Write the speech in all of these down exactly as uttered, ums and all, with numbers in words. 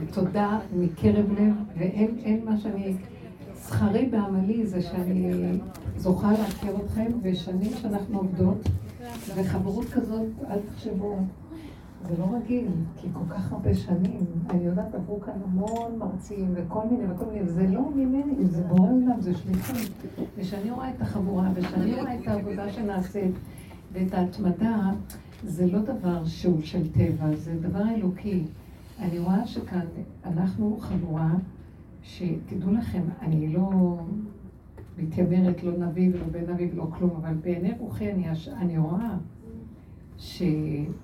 תודה מקרב לב, ואין מה שאני... שכרי בעמלי זה שאני זוכה להכיר אתכם, ושנים שאנחנו עובדות, וחברות כזאת, אל תחשבו, זה לא רגיל, כי כל כך הרבה שנים, אני יודעת, עברו כאן המון מרצים, וכל מיני וכל מיני, זה לא ממני, זה בורא עולם, זה שליחות. ושאני רואה את החבורה, ושאני רואה את העבודה שנעשית, ואת ההתמדה, זה לא דבר שהוא של טבע, זה דבר אלוקי. אני רואה שכאן אנחנו חבורה, שתדעו לכם, אני לא מתיימרת, לא נביא ולא בן נביא ולא כלום, אבל בעיני רוחי אני, אני רואה שהדרך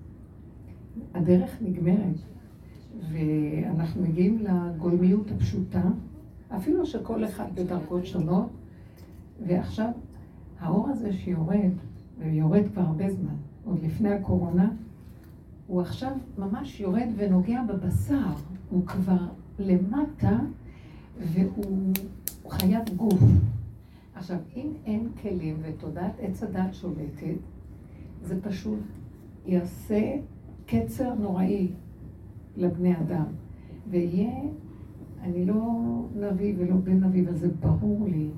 נגמרת, ואנחנו מגיעים לגולמיות הפשוטה, אפילו שכל אחד בדרגות שונות, ועכשיו האור הזה שיורד, ויורד כבר הרבה זמן, עוד לפני הקורונה, הוא עכשיו ממש יורד ונוגע בבשר, הוא כבר למטה, והוא חייב גוף. עכשיו, אם אין כלים ותודעת עץ הדת שולטת, זה פשוט יעשה קצר נוראי לבני אדם. ויהיה, אני לא נביא ולא בן נביא, אבל זה ברור לי,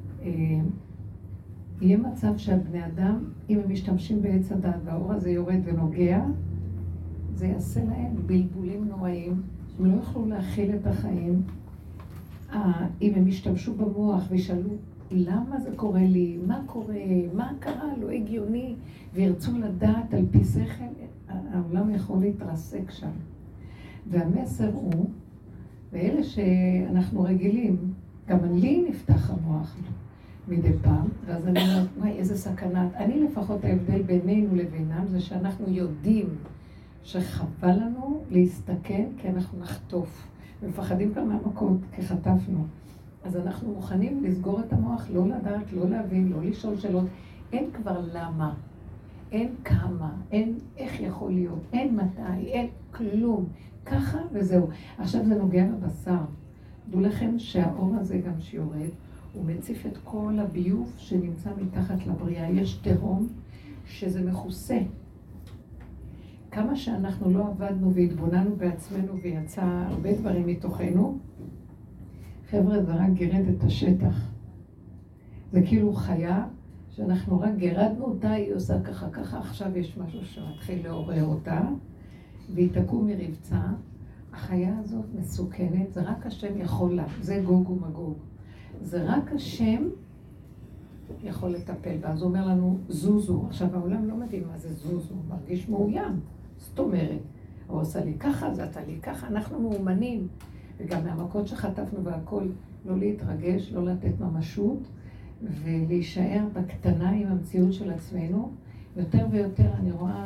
יהיה מצב שהבני אדם, אם הם משתמשים בעץ הדת והאור הזה יורד ונוגע, זה יעשה להם בלבולים נוראים, הם לא יוכלו להכיל את החיים. אם הם ישתמשו במוח וישאלו, למה זה קורה לי? מה קורה? מה קרה? לא הגיוני? וירצו לדעת על פי שכל, העולם יכול להתרסק שם. והמסר הוא, ואלה שאנחנו רגילים, גם לי נפתח המוח מדי פעם, ואז אני אומרת, וואי, איזה סכנה. אני לפחות ההבדל בינינו לבינם, זה שאנחנו יודעים שחבל לנו להסתכן, כי אנחנו נחטוף. מפחדים כבר מהמכות, כי חטפנו. אז אנחנו מוכנים לסגור את המוח, לא לדעת, לא להבין, לא לשאול שאלות. אין כבר למה, אין כמה, אין איך יכול להיות, אין מתי, אין כלום. ככה וזהו. עכשיו זה נוגע בבשר. דעו לכם שהאור הזה גם שיורד, הוא מציף את כל הביוב שנמצא מתחת לבריאה. יש תהום שזה מכוסה. כמה שאנחנו לא עבדנו והתבוננו בעצמנו ויצא הרבה דברים מתוכנו, חבר'ה, זה רק גירד את השטח. זה כאילו חיה שאנחנו רק גירדנו אותה, היא עושה ככה ככה, עכשיו יש משהו שמתחיל לעורר אותה, והיא תקום מרבצה. החיה הזאת מסוכנת, זה רק השם יכול לה, זה גוג ומגוג. זה רק השם יכול לטפל בה. אז הוא אומר לנו, זוזו. עכשיו העולם לא מבין מה זה זוזו, הוא מרגיש מאוים. זאת אומרת, הוא עושה לי ככה, זה עשה לי ככה, אנחנו מאומנים. וגם מהמכות שחטפנו והכל, לא להתרגש, לא לתת ממשות, ולהישאר בקטנה עם המציאות של עצמנו. יותר ויותר אני רואה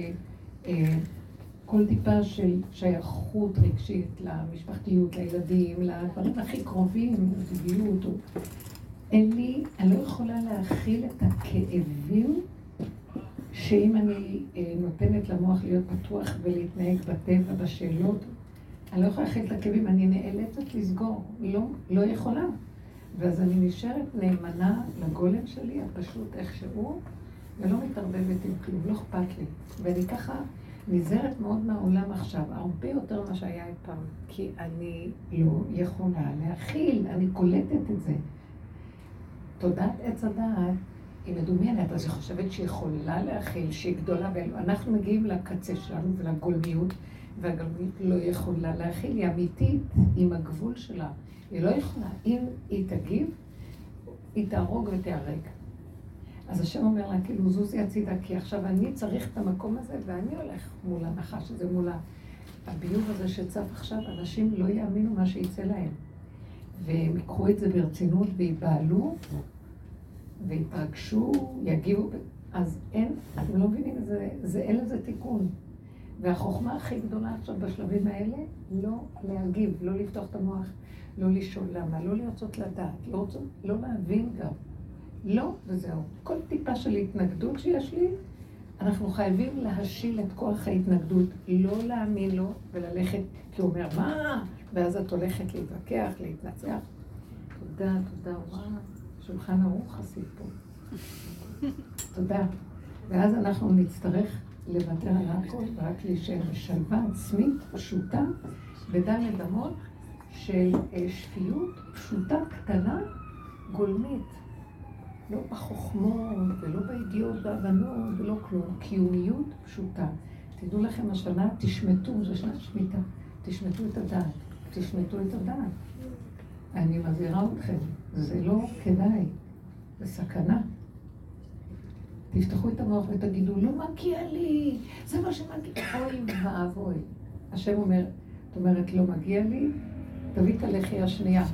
שכל טיפה של שייכות רגשית למשפחתיות, לילדים, לדברים הכי קרובים, לזוגיות, אין לי, אני לא יכולה להכיל את הכאבים, שאם אני נותנת למוח להיות פתוח ולהתנהג בטבע, בשאלות, אני לא יכולה להכיל את הכאבים, אני נאלצת לסגור, לא, לא יכולה. ואז אני נשארת נאמנה לגולם שלי, הפשוט איכשהו, ולא מתערבבת עם כלום, לא אכפת לי. ואני ככה נזהרת מאוד מהעולם עכשיו, הרבה יותר ממה שהיה אי פעם, כי אני לא יכולה להכיל, אני קולטת את זה. תודעת עץ הדעת היא מדומיינת, אז היא חושבת שהיא יכולה להכיל, שהיא גדולה, ואנחנו מגיעים לקצה שלנו ולגולמיות, והגולמיות לא יכולה להכיל, היא אמיתית עם הגבול שלה. היא לא יכולה, אם היא תגיב, היא תהרוג ותהרג. אז השם אומר לה, כאילו זוזי הצידה, כי עכשיו אני צריך את המקום הזה, ואני הולך מול הנחש הזה, מול הביוב הזה שצף עכשיו, אנשים לא יאמינו מה שיצא להם. והם יקחו את זה ברצינות ויבעלו, ויתרגשו, יגיעו, אז אין, אתם לא מבינים, זה, זה, אין לזה תיקון. והחוכמה הכי גדולה עכשיו בשלבים האלה, לא להגיב, לא לפתוח את המוח, לא לשאול למה, לא לרצות לדעת, לא, רוצות, לא להבין גם. לא, וזהו. כל טיפה של התנגדות שיש לי, אנחנו חייבים להשיל את כוח ההתנגדות, לא להאמין לו וללכת, כי הוא אומר, מה? ואז את הולכת להתווכח, להתנצח. תודה, תודה, וואו. שולחן ערוך עשית פה. תודה. ואז אנחנו נצטרך לוותר על הכל ורק להישאר בשלווה עצמית פשוטה, בדלת אמות של שפיות פשוטה, קטנה, גולמית. לא בחוכמות ולא בידיעות והבנות ולא כלום, קיומיות פשוטה. תדעו לכם, השנה תשמטו, זה שנת שמיטה, תשמטו את הדעת, תשמטו את הדעת. אני מזהירה אתכם, זה לא כדאי, זה סכנה. תפתחו את המוח ותגידו, לא מגיע לי, זה מה שמגיע, אוי ואבוי. השם אומר, את אומרת, לא מגיע לי, תביא את הלחי השנייה.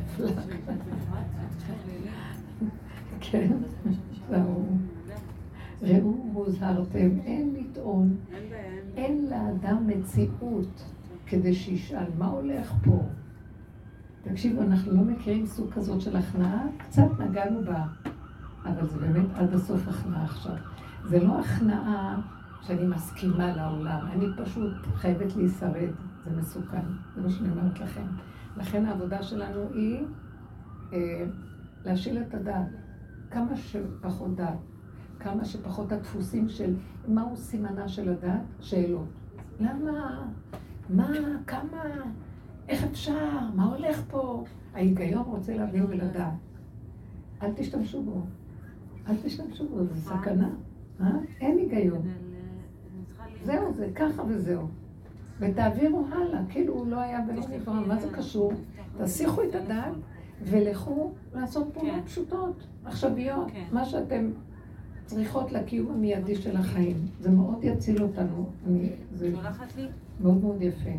כן, זהו. ראו מוזהרתם, אין לטעון, אין לאדם מציאות כדי שישאל מה הולך פה. תקשיבו, אנחנו לא מכירים סוג כזאת של הכנעה, קצת נגענו בה, אבל זה באמת עד הסוף הכנעה עכשיו. זה לא הכנעה שאני מסכימה לעולם, אני פשוט חייבת להישרד, זה מסוכן, זה מה שאני אומרת לכם. לכן העבודה שלנו היא אה, להשיל את הדעת, כמה שפחות דעת, כמה שפחות הדפוסים של מהו סימנה של הדעת, שאלות. למה? מה? כמה? איך אפשר? מה הולך פה? ההיגיון רוצה להבין ולדעת. אל תשתמשו בו. אל תשתמשו בו, זה סכנה. אה? אין היגיון. זהו, זה ככה וזהו. ותעבירו הלאה, כאילו הוא לא היה ולא נברא. מה זה קשור? תסיכו את הדעת ולכו לעשות פעולות פשוטות, עכשוויות, מה שאתם צריכות לקיום המיידי של החיים. זה מאוד יציל אותנו. זה מאוד מאוד יפה.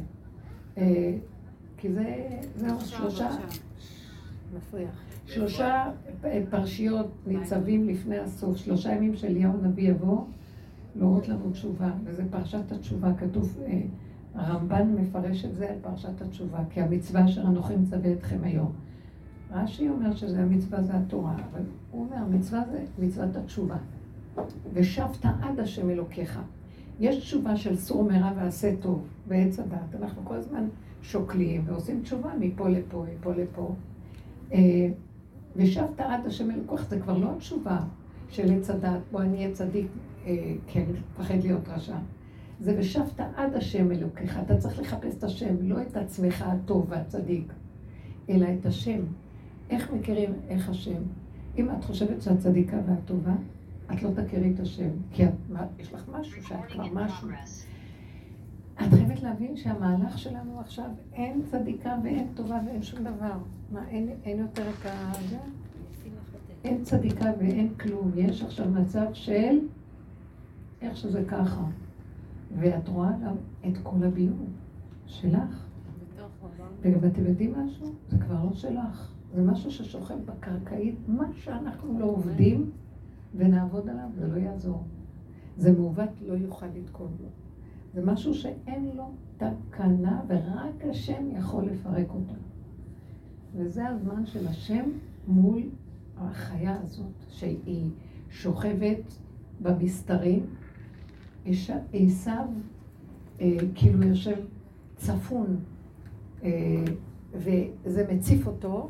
כי זה, זהו, שלושה, מפריח. שלושה פרשיות ניצבים לפני הסוף, שלושה ימים של אליהו נביא יבוא, להורות לנו תשובה, וזה פרשת התשובה, כתוב, הרמב"ן מפרש את זה על פרשת התשובה, כי המצווה אשר אנוכי מצווה אתכם היום. רש"י אומר שזה המצווה זה התורה, אבל הוא אומר, המצווה זה מצוות התשובה. ושבת עד השם אלוקיך. יש תשובה של סור מרע ועשה טוב, בעץ הדעת. אנחנו כל הזמן שוקלים ועושים תשובה מפה לפה, מפה לפה. ושבת עד השם אלוקיך, זה כבר לא התשובה של עץ הדעת, בוא אני אהיה צדיק, כי אני מפחד להיות רשע. זה ושבת עד השם אלוקיך. אתה צריך לחפש את השם, לא את עצמך הטוב והצדיק, אלא את השם. איך מכירים איך השם? אם את חושבת שאת צדיקה והטובה, את לא תכירי את השם, כי את, מה, יש לך משהו, שאת כבר משהו. את חייבת להבין שהמהלך שלנו עכשיו אין צדיקה ואין טובה ואין שום דבר. מה, אין, אין יותר את זה? אין צדיקה ואין כלום. יש עכשיו מצב של איך שזה ככה. ואת רואה גם את כל הביון שלך. וגם אתם יודעים משהו? זה כבר לא שלך. זה משהו ששוכב בקרקעית, מה שאנחנו לא עובדים ונעבוד עליו, זה לא יעזור. זה מעוות, לא יוכל לתקון לו. זה משהו שאין לו תקנה, ורק השם יכול לפרק אותו. וזה הזמן של השם מול החיה הזאת, שהיא שוכבת במסתרים, עשיו אה, כאילו יושב צפון, אה, וזה מציף אותו,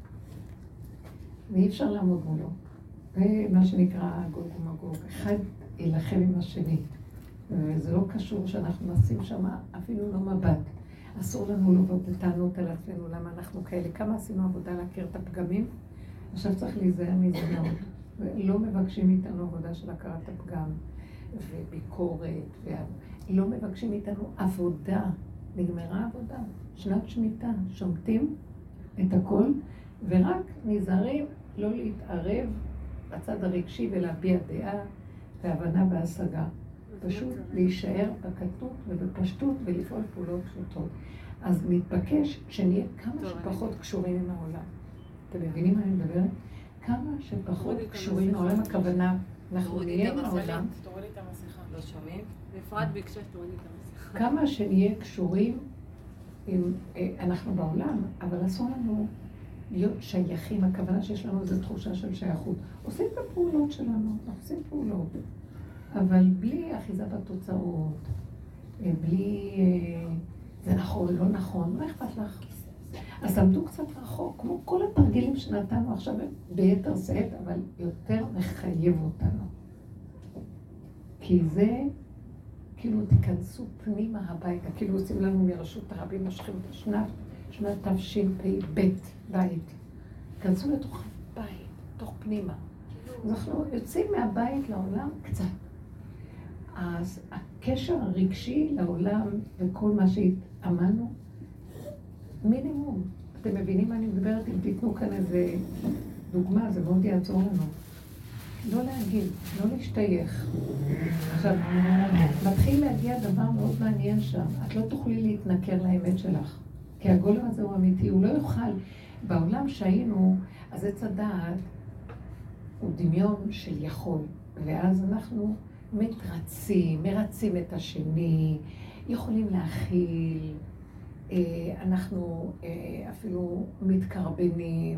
ואי אפשר לעמוד מולו. זה מה שנקרא גוג ומגוג. אחד ילחם עם השני. וזה לא קשור שאנחנו נשים שם אפילו לא מבט. אסור לנו לבוא בטענות על עצמנו, למה אנחנו כאלה. כמה עשינו עבודה להכיר את הפגמים? עכשיו צריך להיזהר מזה מאוד. לא מבקשים איתנו עבודה של הכרת הפגם וביקורת. לא מבקשים איתנו עבודה. נגמרה עבודה. שנת שמיטה. שומטים את הכל, ורק נזהרים לא להתערב בצד הרגשי ולהביע דעה והבנה והשגה. פשוט להישאר בקטנות ובפשטות ולפעול פעולות פשוטות. אז מתבקש שנהיה כמה שפחות קשורים עם העולם. אתם מבינים מה אני מדברת? כמה שפחות קשורים עם העולם, הכוונה, אנחנו נהיה עם העולם. תורידי את המסכה. לא שומעים? בפרט ביקשה שתורידי את המסכה. כמה שנהיה קשורים עם, אנחנו בעולם, אבל אסור לנו להיות שייכים. הכוונה שיש לנו איזו תחושה של שייכות. עושים את הפעולות שלנו, אנחנו עושים פעולות. אבל בלי אחיזה בתוצאות, בלי זה נכון, לא נכון, מה אכפת לך? אז עמדו קצת רחוק, כמו כל התרגילים שנתנו עכשיו ביתר שאת, אבל יותר מחייב אותנו. כי זה, כאילו תיכנסו פנימה הביתה, כאילו עושים לנו מרשות הרבים, מושכים את השנת, שנת תשפ"ב, בית. תיכנסו לתוך הבית, תוך פנימה. אז אנחנו יוצאים מהבית לעולם קצת. אז הקשר הרגשי לעולם וכל מה שהתאמנו, מינימום. אתם מבינים מה אני מדברת? אם תיתנו כאן איזה דוגמה, זה מאוד יעזור לנו. לא להגיד, לא להשתייך. עכשיו, מתחיל להגיע דבר מאוד מעניין שם. את לא תוכלי להתנכר לאמת שלך. כי הגולם הזה הוא אמיתי, הוא לא יוכל. בעולם שהיינו, אז עץ הדעת הוא דמיון של יכול. ואז אנחנו מתרצים, מרצים את השני, יכולים להכיל, אנחנו אפילו מתקרבנים,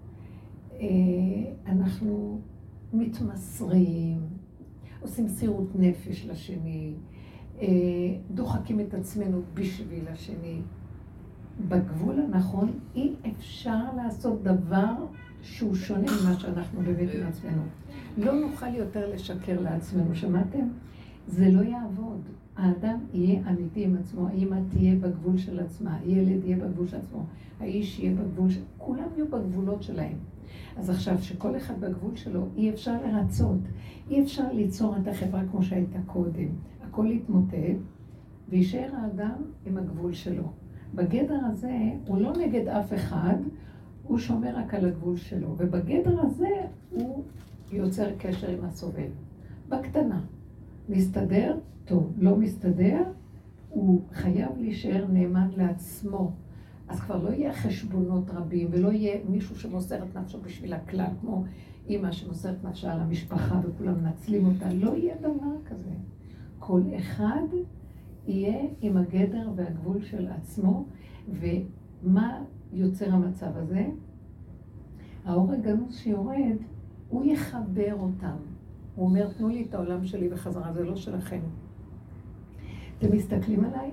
אנחנו מתמסרים, עושים סירות נפש לשני, דוחקים את עצמנו בשביל השני. בגבול הנכון אי אפשר לעשות דבר שהוא שונה ממה שאנחנו באמת עם עצמנו. לא נוכל יותר לשקר לעצמנו, שמעתם? זה לא יעבוד. האדם יהיה אמיתי עם עצמו, האמא תהיה בגבול של עצמה, הילד יהיה בגבול של עצמו, האיש יהיה בגבול של... כולם יהיו בגבולות שלהם. אז עכשיו, שכל אחד בגבול שלו, אי אפשר לרצות, אי אפשר ליצור את החברה כמו שהייתה קודם. הכל יתמוטט, וישאר האדם עם הגבול שלו. בגדר הזה, הוא לא נגד אף אחד, הוא שומר רק על הגבול שלו, ובגדר הזה הוא יוצר קשר עם הסובב. בקטנה. מסתדר, טוב, לא מסתדר, הוא חייב להישאר נאמן לעצמו. אז כבר לא יהיה חשבונות רבים, ולא יהיה מישהו שמוסר את נפשו בשביל הכלל, כמו אמא שמוסרת נפשה על המשפחה וכולם מנצלים אותה. לא יהיה דבר כזה. כל אחד יהיה עם הגדר והגבול של עצמו, ומה יוצר המצב הזה? האור הגנוז שיורד, הוא יחבר אותם. הוא אומר, תנו לי את העולם שלי בחזרה, זה לא שלכם. אתם מסתכלים עליי?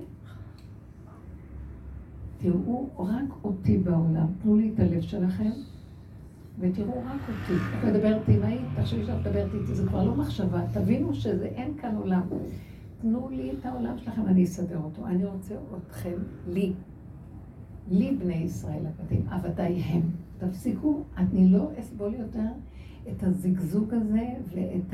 תראו רק אותי בעולם. תנו לי את הלב שלכם, ותראו רק אותי. את מדברת עם היית, תחשבי שאת מדברת איתי, זה כבר לא מחשבה. תבינו שזה אין כאן עולם. תנו לי את העולם שלכם, אני אסדר אותו. אני רוצה אתכם לי. לי בני ישראל עבדים, עבדיי הם. תפסיקו, אני לא אסבול יותר את הזגזוג הזה ואת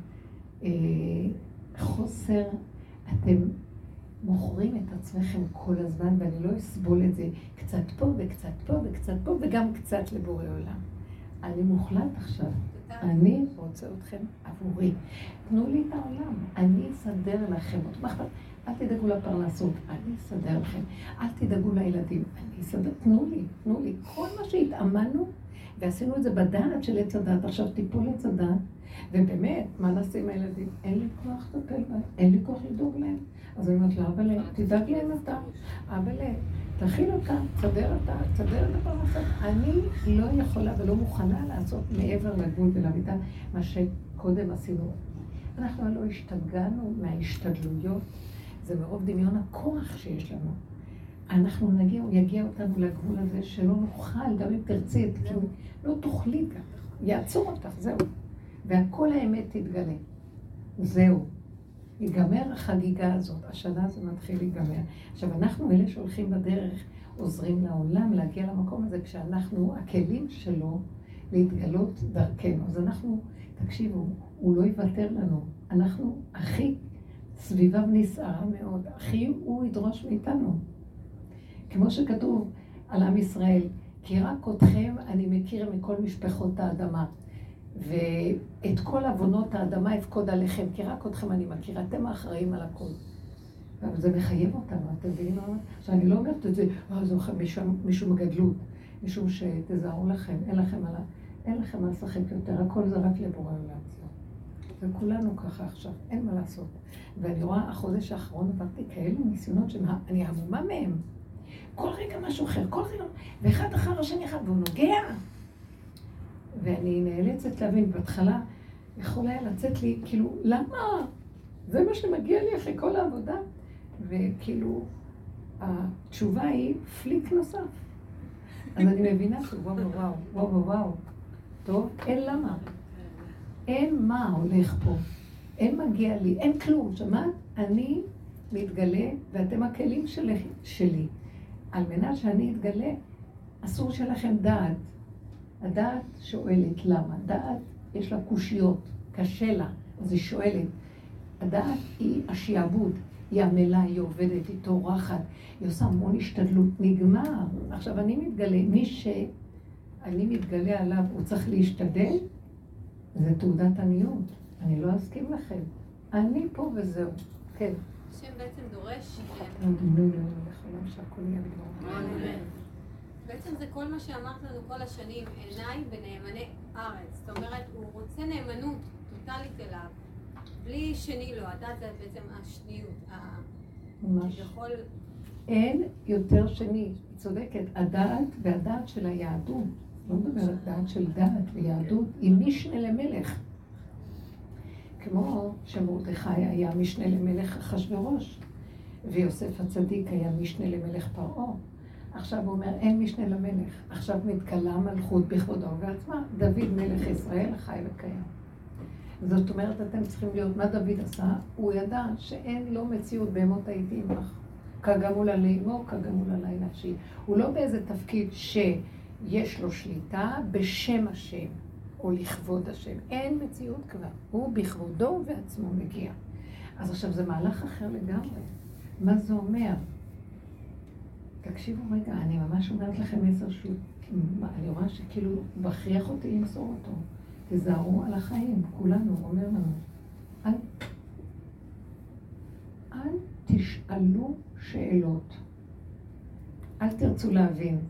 החוסר. אתם מוכרים את עצמכם כל הזמן, ואני לא אסבול את זה קצת פה וקצת פה וקצת פה וגם קצת לבורא עולם. אני מוחלט עכשיו. אני רוצה אתכם עבורי. תנו לי את העולם, אני אסדר לכם. אל תדאגו לפרנסות, אני אסדר לכם. אל תדאגו לילדים, אני אסדר. תנו לי, תנו לי. כל מה שהתאמנו, ועשינו את זה בדעת של עץ הדעת. עכשיו טיפול עץ הדעת, ובאמת, מה נעשה עם הילדים? אין לי כוח לטפל בהם, אין לי כוח לדאוג להם. אז אני אומרת לה, אבא, תדאג להם אתה. אבא, תכיל אותה, תסדר אותה, תסדר את הפרנסה. אני לא יכולה ולא מוכנה לעשות מעבר לגבול ולמידה מה שקודם עשינו. אנחנו לא השתגענו מההשתדלויות, זה מרוב דמיון הכוח שיש לנו. אנחנו נגיע, הוא יגיע אותנו לגבול הזה שלא נוכל, גם אם תרצי, כאילו, לא תוכלי גם, יעצור אותך, זהו. והכל האמת תתגלה. זהו. ייגמר החגיגה הזאת, השנה זה מתחיל להיגמר. עכשיו, אנחנו אלה שהולכים בדרך, עוזרים לעולם להגיע למקום הזה, כשאנחנו, הכלים שלו, להתגלות דרכנו. אז אנחנו, תקשיבו, הוא לא יוותר לנו. אנחנו הכי סביביו נסערה מאוד, הכי הוא ידרוש מאיתנו. כמו שכתוב על עם ישראל, כי רק אתכם אני מכיר מכל משפחות האדמה. ואת כל אבונות האדמה אפקוד עליכם, כי רק אתכם אני מכיר, אתם האחראים על הכל. וזה מחייב אותנו, אתם מבינים מה? עכשיו, אני לא אומרת את זה, אה, זה מישהו מגדלות, משום שתזהרו לכם, אין לכם על, אין לכם על לשחק יותר, הכל זה רק לבורא עולם. וכולנו ככה עכשיו, אין מה לעשות. ואני רואה, החודש האחרון עברתי כאלו ניסיונות שאני המומה מהם. כל רגע משהו אחר, כל רגע, ואחד אחר השני אחד, והוא נוגע. ואני נאלצת להבין, בהתחלה יכול היה לצאת לי, כאילו, למה? זה מה שמגיע לי אחרי כל העבודה. וכאילו, התשובה היא פליק נוסף. אז אני מבינה שוואו וואו, וואו וואו, טוב, אין למה. אין מה הולך פה. אין מגיע לי, אין כלום, שמעת? אני מתגלה, ואתם הכלים שלי, שלי. על מנת שאני אתגלה, אסור שלכם דעת. הדעת שואלת למה. דעת יש לה קושיות, קשה לה, אז היא שואלת. הדעת היא השיעבוד, היא עמלה, היא עובדת, היא טורחת, היא עושה המון השתדלות, נגמר. עכשיו אני מתגלה, מי שאני מתגלה עליו, הוא צריך להשתדל, זה תעודת עניות. אני לא אסכים לכם. אני פה וזהו. כן. השם בעצם דורש... נו, נו, נו, לכולם שהכל יהיה בדבר. בעצם זה כל מה שאמרת לנו כל השנים, עיניי ונאמני ארץ. זאת אומרת, הוא רוצה נאמנות טוטלית אליו, בלי שני לו. הדת זה בעצם השניות. ממש. יכול... אין יותר שני. היא צודקת. הדעת והדעת של היהדות, לא מדברת דעת של דעת ויהדות, היא משנה למלך. כמו שמרדכי היה משנה למלך אחשוורוש, ויוסף הצדיק היה משנה למלך פרעה. עכשיו הוא אומר, אין משנה למלך. עכשיו מתגלה מלכות בכבודו ובעצמה. דוד מלך ישראל חי וקיים. זאת אומרת, אתם צריכים להיות, מה דוד עשה? הוא ידע שאין לו מציאות בהמות הייתי עמך. כגמול עלי אמו, כגמול עלי נפשי. הוא לא באיזה תפקיד שיש לו שליטה בשם השם, או לכבוד השם. אין מציאות כבר. הוא בכבודו ובעצמו מגיע. אז עכשיו זה מהלך אחר לגמרי. מה זה אומר? תקשיבו רגע, אני ממש אומרת לכם מסר שהוא, אני רואה שכאילו מכריח אותי למסור אותו. תזהרו על החיים, כולנו, אומר לנו. אל, אל תשאלו שאלות. אל תרצו להבין.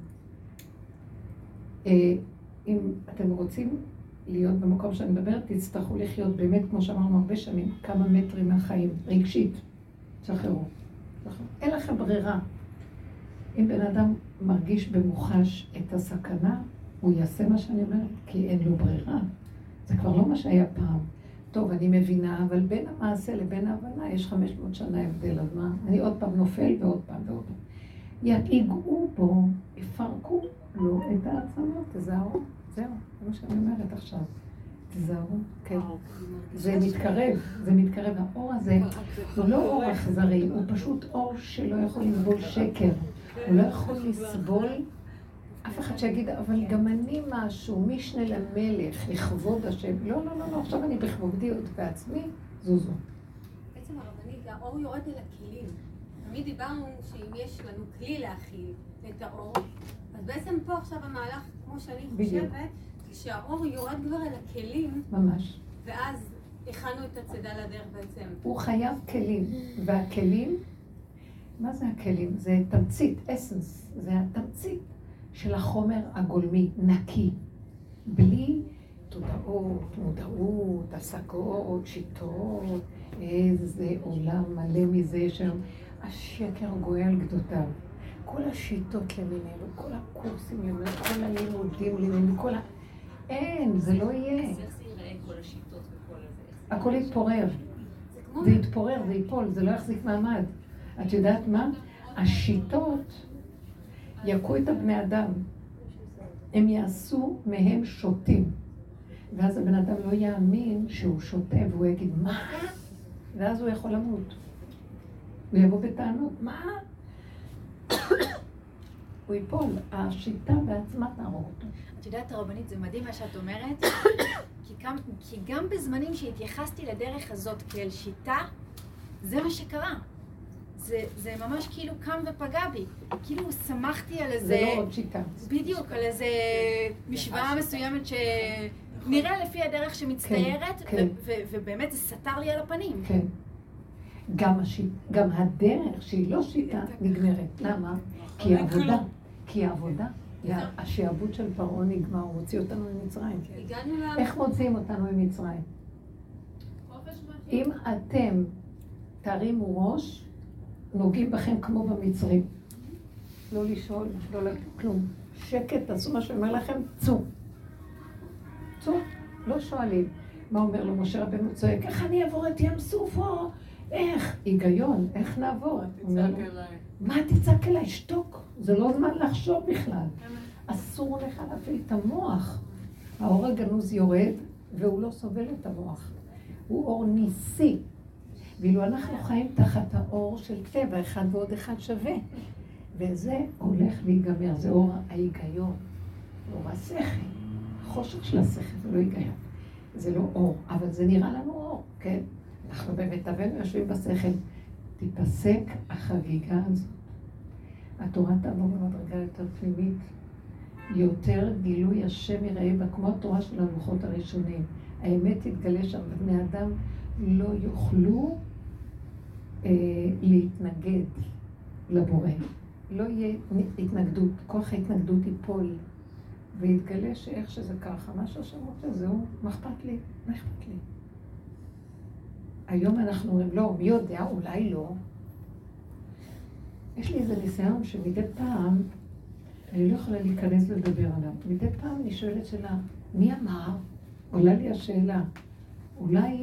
אם אתם רוצים להיות במקום שאני מדברת, תצטרכו לחיות באמת, כמו שאמרנו הרבה שנים, כמה מטרים מהחיים, רגשית. שחררו. אין לכם ברירה. אם בן אדם מרגיש במוחש את הסכנה, הוא יעשה מה שאני אומרת, כי אין לו ברירה. זה כבר לא מה שהיה פעם. טוב, אני מבינה, אבל בין המעשה לבין ההבנה יש חמש מאות שנה הבדל, אז מה? אני עוד פעם נופל ועוד פעם ועוד פעם. יגעו בו, יפרקו לו את העצמות, תזהרו. זהו, זה מה שאני אומרת עכשיו. תזהרו, כן. זה מתקרב, זה מתקרב. האור הזה הוא לא אור אכזרי, הוא פשוט אור שלא יכול לסבול שקר. הוא לא יכול לסבול אף אחד שיגיד, אבל גם אני משהו, משנה למלך, לכבוד השם. לא, לא, לא, לא, עכשיו אני בכבודיות בעצמי, זוזו. בעצם הרבנית, האור יורד אל הכלים. תמיד דיברנו שאם יש לנו כלי להכיל את האור, אז בעצם פה עכשיו המהלך, כמו שאני חושבת, שהאור יורד כבר אל הכלים. ממש. ואז הכנו את הצידה לדרך בעצם. הוא חייב כלים, והכלים, מה זה הכלים? זה תמצית, אסנס, זה התמצית של החומר הגולמי, נקי, בלי תודעות, מודעות, השגות, שיטות, איזה עולם מלא מזה שם, השקר גואה על גדותיו. כל השיטות למינינו, כל הקורסים למינינו, כל הלימודים למינינו, כל ה... אין, זה לא יהיה. איך זה ייראה כל השיטות וכל הזה? הכל יתפורר. זה יתפורר, זה ייפול, זה לא יחזיק מעמד. את יודעת מה? השיטות יקו את הבני אדם. הם יעשו מהם שוטים. ואז הבן אדם לא יאמין שהוא שוטה והוא יגיד, מה? ואז הוא יכול למות. הוא יבוא בטענות, מה? הוא ייפול. השיטה בעצמה תהרוג אותו. את יודעת, הרבנית, זה מדהים מה שאת אומרת, כי גם, כי גם בזמנים שהתייחסתי לדרך הזאת כאל שיטה, זה מה שקרה. זה, זה ממש כאילו קם ופגע בי. כאילו שמחתי על איזה... זה לא עוד שיטה. בדיוק, על איזה משוואה מסוימת שנראה לפי הדרך שמצטיירת, כן, כן. ובאמת זה סתר לי על הפנים. כן. גם, השיט, גם הדרך שהיא לא שיטה נגמרת. למה? כי העבודה. כי העבודה. השעבוד של פרעה נגמר, הוא הוציא אותנו ממצרים. איך מוציאים אותנו ממצרים? אם אתם תרימו ראש, נוגעים בכם כמו במצרים. לא לשאול, לא כלום. שקט, תעשו מה שאומר לכם, צאו. צאו, לא שואלים. מה אומר לו משה רבנו צועק? איך אני אעבור את ים סוף? או, איך? היגיון, איך נעבור? מה תצעק אליי? שתוק. זה לא זמן לחשוב בכלל. אסור לך להפעיל את המוח. האור הגנוז יורד, והוא לא סובל את המוח. הוא אור ניסי. ואילו אנחנו חיים תחת האור של טבע, אחד ועוד אחד שווה. וזה הולך להיגמר, זה אור ההיגיון, אור השכל, החושך של השכל, זה לא היגיון. זה לא אור, אבל זה נראה לנו אור, כן? אנחנו במיטבנו יושבים בשכל, תיפסק החגיגה הזו. התורה תעבור במדרגה יותר פנימית, יותר גילוי השם יראה בה, כמו התורה של הלוחות הראשונים. האמת תתגלה שם, ובני אדם לא יוכלו אה, להתנגד לבורא. לא יהיה התנגדות, כוח ההתנגדות ייפול, ויתגלה שאיך שזה ככה, מה שהשם רוצה, זהו, מה אכפת לי? מה אכפת לי? היום אנחנו אומרים, לא, מי יודע, אולי לא. יש לי איזה ניסיון שמדי פעם, אני לא יכולה להיכנס לדבר עליו. מדי פעם אני שואלת שאלה, מי אמר? עולה לי השאלה, אולי,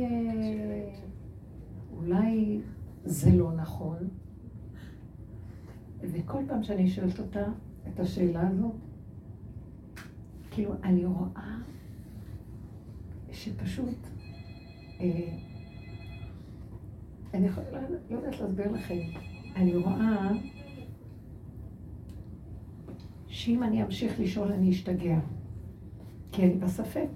אולי זה לא נכון? וכל פעם שאני שואלת אותה, את השאלה הזאת, כאילו אני רואה שפשוט, אה, אני יכולה, לא יודעת להסביר לכם, אני רואה שאם אני אמשיך לשאול אני אשתגע, כי אני בספק.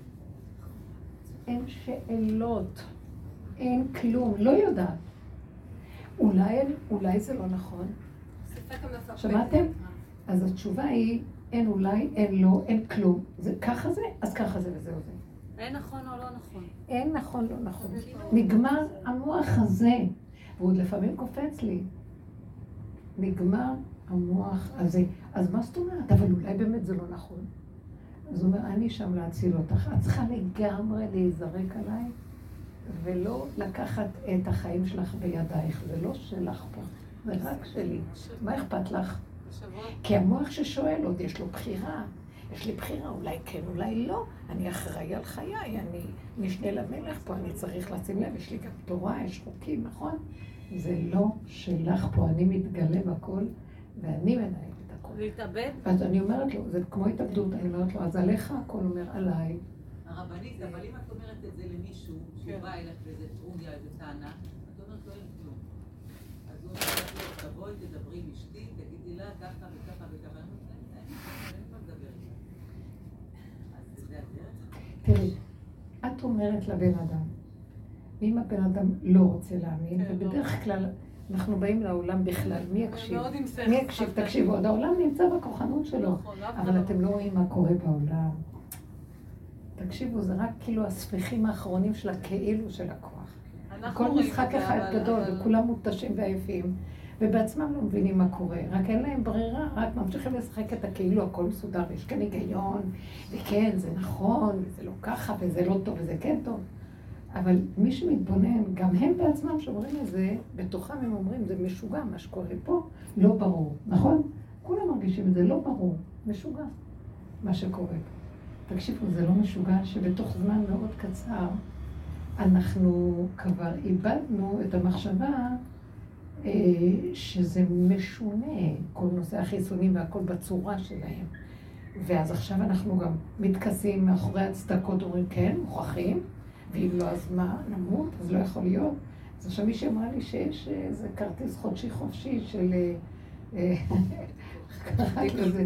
אין שאלות, אין כלום, לא יודעת. אולי, אולי זה לא נכון. שמעתם? אז התשובה היא, אין אולי, אין לא, אין כלום. זה ככה זה, אז ככה זה וזהו זה. אין נכון או לא נכון. אין נכון, לא נכון. נגמר המוח הזה, ועוד לפעמים קופץ לי. נגמר המוח הזה. אז מה זאת אומרת? אבל אולי באמת זה לא נכון. אז הוא אומר, אני שם להציל אותך. את צריכה לגמרי להיזרק עליי, ולא לקחת את החיים שלך בידייך. זה לא שלך פה, זה רק שלי. מה אכפת לך? כי המוח ששואל עוד, יש לו בחירה. יש לי בחירה, אולי כן, אולי לא. אני אחראי על חיי, אני משנה למלך פה, אני צריך לשים לב, יש לי גם תורה, יש חוקים, נכון? זה לא שלך פה, אני מתגלה בכל, ואני מנהלת את הכל. להתאבד? אז אני אומרת לו, זה כמו התאבדות, אני אומרת לו, אז עליך הכל אומר עליי. הרבנית, אבל אם את אומרת את זה למישהו, שהוא בא אליך באיזה טרוניה, איזה טענה, את אומרת לו אין כלום. אז הוא אומר, תבואי, תדברי עם אשתי, תגידי לה ככה וככה וככה. תראי, את אומרת לבן אדם, ואם הבן אדם לא רוצה להאמין, ובדרך כלל אנחנו באים לעולם בכלל, מי יקשיב? מי יקשיב? תקשיבו, עוד העולם נמצא בכוחנות שלו, אבל אתם לא רואים מה קורה בעולם. תקשיבו, זה רק כאילו הספיחים האחרונים של הכאילו של הכוח. כל משחק אחד גדול, וכולם מותשים ועייפים, ובעצמם לא מבינים מה קורה, רק אין להם ברירה, רק ממשיכים לשחק את הכאילו, הכל מסודר, יש כאן היגיון, וכן, זה נכון, וזה לא ככה, וזה לא טוב, וזה כן טוב. אבל מי שמתבונן, גם הם בעצמם שאומרים את זה, בתוכם הם אומרים, זה משוגע, מה שקורה פה, לא ברור, נכון? כולם מרגישים את זה, לא ברור, משוגע, מה שקורה פה. תקשיבו, זה לא משוגע שבתוך זמן מאוד קצר, אנחנו כבר איבדנו את המחשבה, שזה משונה, כל נושא החיסונים והכל בצורה שלהם. ואז עכשיו אנחנו גם מתכסים מאחורי הצדקות, אומרים כן, מוכרחים, ואם לא אז מה, נמות, אז לא יכול להיות. אז עכשיו מישהי אמרה לי שיש איזה כרטיס חודשי חופשי של... קראת לזה...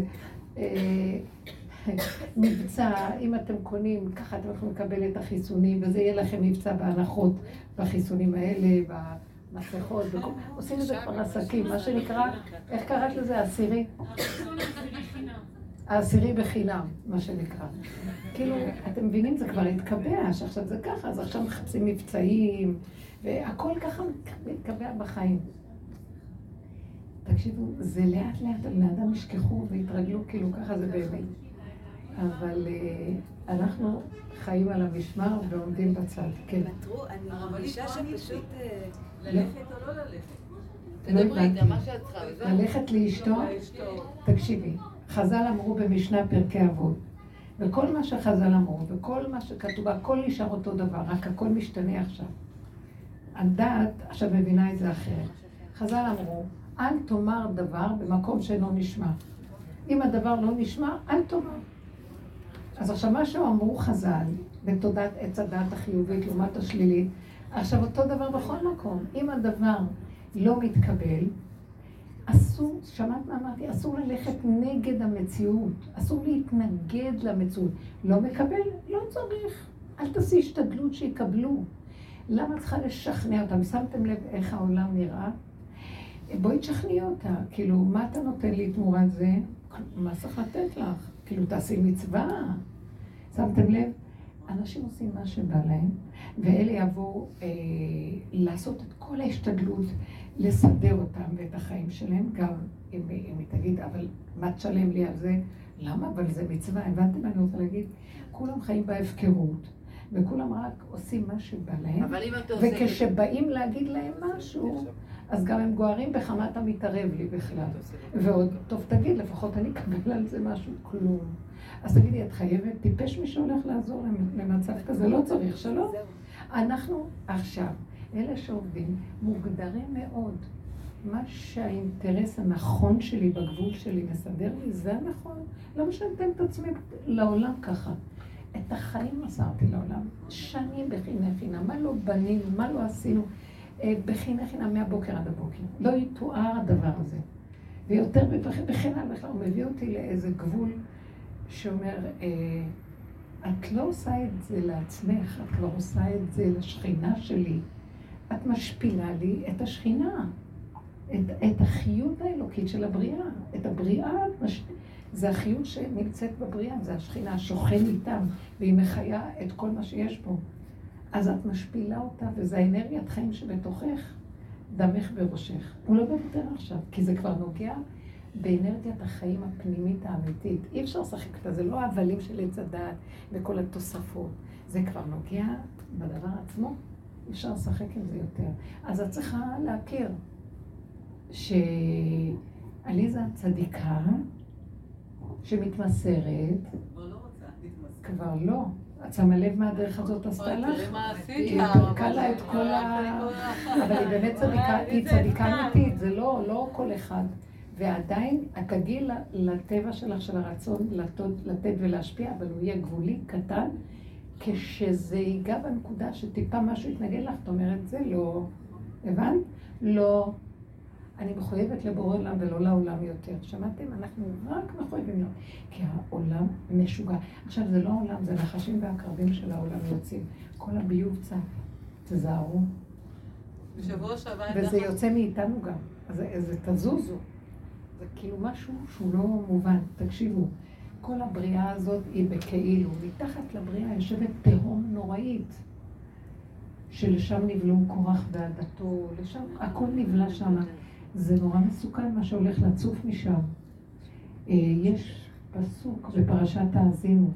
מבצע, אם אתם קונים, ככה אתם יכולים לקבל את החיסונים, וזה יהיה לכם מבצע בהנחות בחיסונים האלה, מסכות, עושים את זה כבר עסקים, מה שנקרא, איך קראת לזה? העשירי? העשירי בחינם, מה שנקרא. כאילו, אתם מבינים, זה כבר התקבע, שעכשיו זה ככה, אז עכשיו מחפשים מבצעים, והכל ככה מתקבע בחיים. תקשיבו, זה לאט לאט, בני אדם ישכחו והתרגלו, כאילו ככה זה באמת. אבל אנחנו חיים על המשמר ועומדים בצד, כן. תראו, אני מרגישה שפשוט... ללכת או לא ללכת? תדברי איתה, מה שאת צריכה. ללכת לאשתו? תקשיבי, חז"ל אמרו במשנה פרקי אבות, וכל מה שחז"ל אמרו, וכל מה שכתוב, הכל נשאר אותו דבר, רק הכל משתנה עכשיו. הדעת עכשיו מבינה את זה אחרת. חז"ל אמרו, אל תאמר דבר במקום שאינו נשמע. אם הדבר לא נשמע, אל תאמר. אז עכשיו מה שאמרו חז"ל, בתודעת עץ הדעת החיובית לעומת השלילית, עכשיו, אותו דבר בכל מקום. אם הדבר לא מתקבל, אסור, שמעת מה אמרתי? אסור ללכת נגד המציאות. אסור להתנגד למציאות. לא מקבל? לא צריך. אל תעשי השתדלות שיקבלו. למה צריכה לשכנע אותם? שמתם לב איך העולם נראה? בואי תשכנעי אותה. כאילו, מה אתה נותן לי תמורת זה? מה צריך לתת לך? כאילו, תעשי מצווה. שמתם לב? אנשים עושים מה שבא להם, ואלה יבואו אה, לעשות את כל ההשתדלות, לסדר אותם ואת החיים שלהם, גם אם, אם היא תגיד, אבל מה תשלם לי על זה? למה? אבל זה מצווה. הבנתם מה אני רוצה להגיד? כולם חיים בהפקרות, וכולם רק עושים מה שבא להם, וכשבאים להגיד להם משהו, אז גם הם גוערים בך, מה אתה מתערב לי בכלל. ועוד, טוב תגיד, לפחות אני אקבל על זה משהו, כלום. אז תגידי, את חייבת, טיפש מי שהולך לעזור למצב כזה, לא צריך, שלום. אנחנו עכשיו, אלה שעובדים, מוגדרים מאוד. מה שהאינטרס הנכון שלי בגבול שלי מסדר לי, זה הנכון. למה שנתן את עצמי לעולם ככה? את החיים מסרתי לעולם. שנים בחינם חינם, מה לא בנינו, מה לא עשינו? בחינם חינם מהבוקר עד הבוקר. לא יתואר הדבר הזה. ויותר בכן הלאה בכלל, הוא מביא אותי לאיזה גבול שאומר, את לא עושה את זה לעצמך, את כבר עושה את זה לשכינה שלי. את משפילה לי את השכינה, את, את החיות האלוקית של הבריאה. את הבריאה, מש... זה החיות שנמצאת בבריאה, זה השכינה, השוכן איתם, והיא מחיה את כל מה שיש פה. אז את משפילה אותה, וזה האנרגיית חיים שבתוכך, דמך בראשך. הוא לא בוותר עכשיו, כי זה כבר נוגע באנרגיית החיים הפנימית האמיתית. אי אפשר לשחק אותה, זה לא ההבלים של עץ הדעת וכל התוספות. זה כבר נוגע בדבר עצמו, אי אפשר לשחק עם זה יותר. אז את צריכה להכיר שעליזה צדיקה, שמתמסרת, כבר לא רוצה, תתמסרת. כבר לא. את שמה לב מה הדרך הזאת עשתה לך? תראי מה עשית היא לה. פרקה לה את כל ה... אבל היא באמת צדיקה, היא צדיקה אמיתית, זה לא, לא כל אחד. ועדיין, את תגיעי לטבע שלך, של הרצון לתת ולהשפיע, אבל הוא יהיה גבולי, קטן, כשזה ייגע בנקודה שטיפה משהו יתנגד לך, את אומרת, זה לא... הבנת? לא. אני מחויבת לבורא עולם ולא לעולם יותר. שמעתם? אנחנו רק מחויבים לו. כי העולם משוגע. עכשיו, זה לא העולם, זה נחשים והקרבים של העולם יוצאים. כל הביוב צד. תזהרו. בשבוע שעבר... וזה יוצא מאיתנו גם. אז זה תזוזו. זה כאילו משהו שהוא לא מובן. תקשיבו. כל הבריאה הזאת היא בכאילו. מתחת לבריאה יושבת תהום נוראית. שלשם נבלעו קורח ועדתו. לשם, הכל נבלע שם. זה נורא מסוכן מה שהולך לצוף משם. יש פסוק בפרשת האזינו,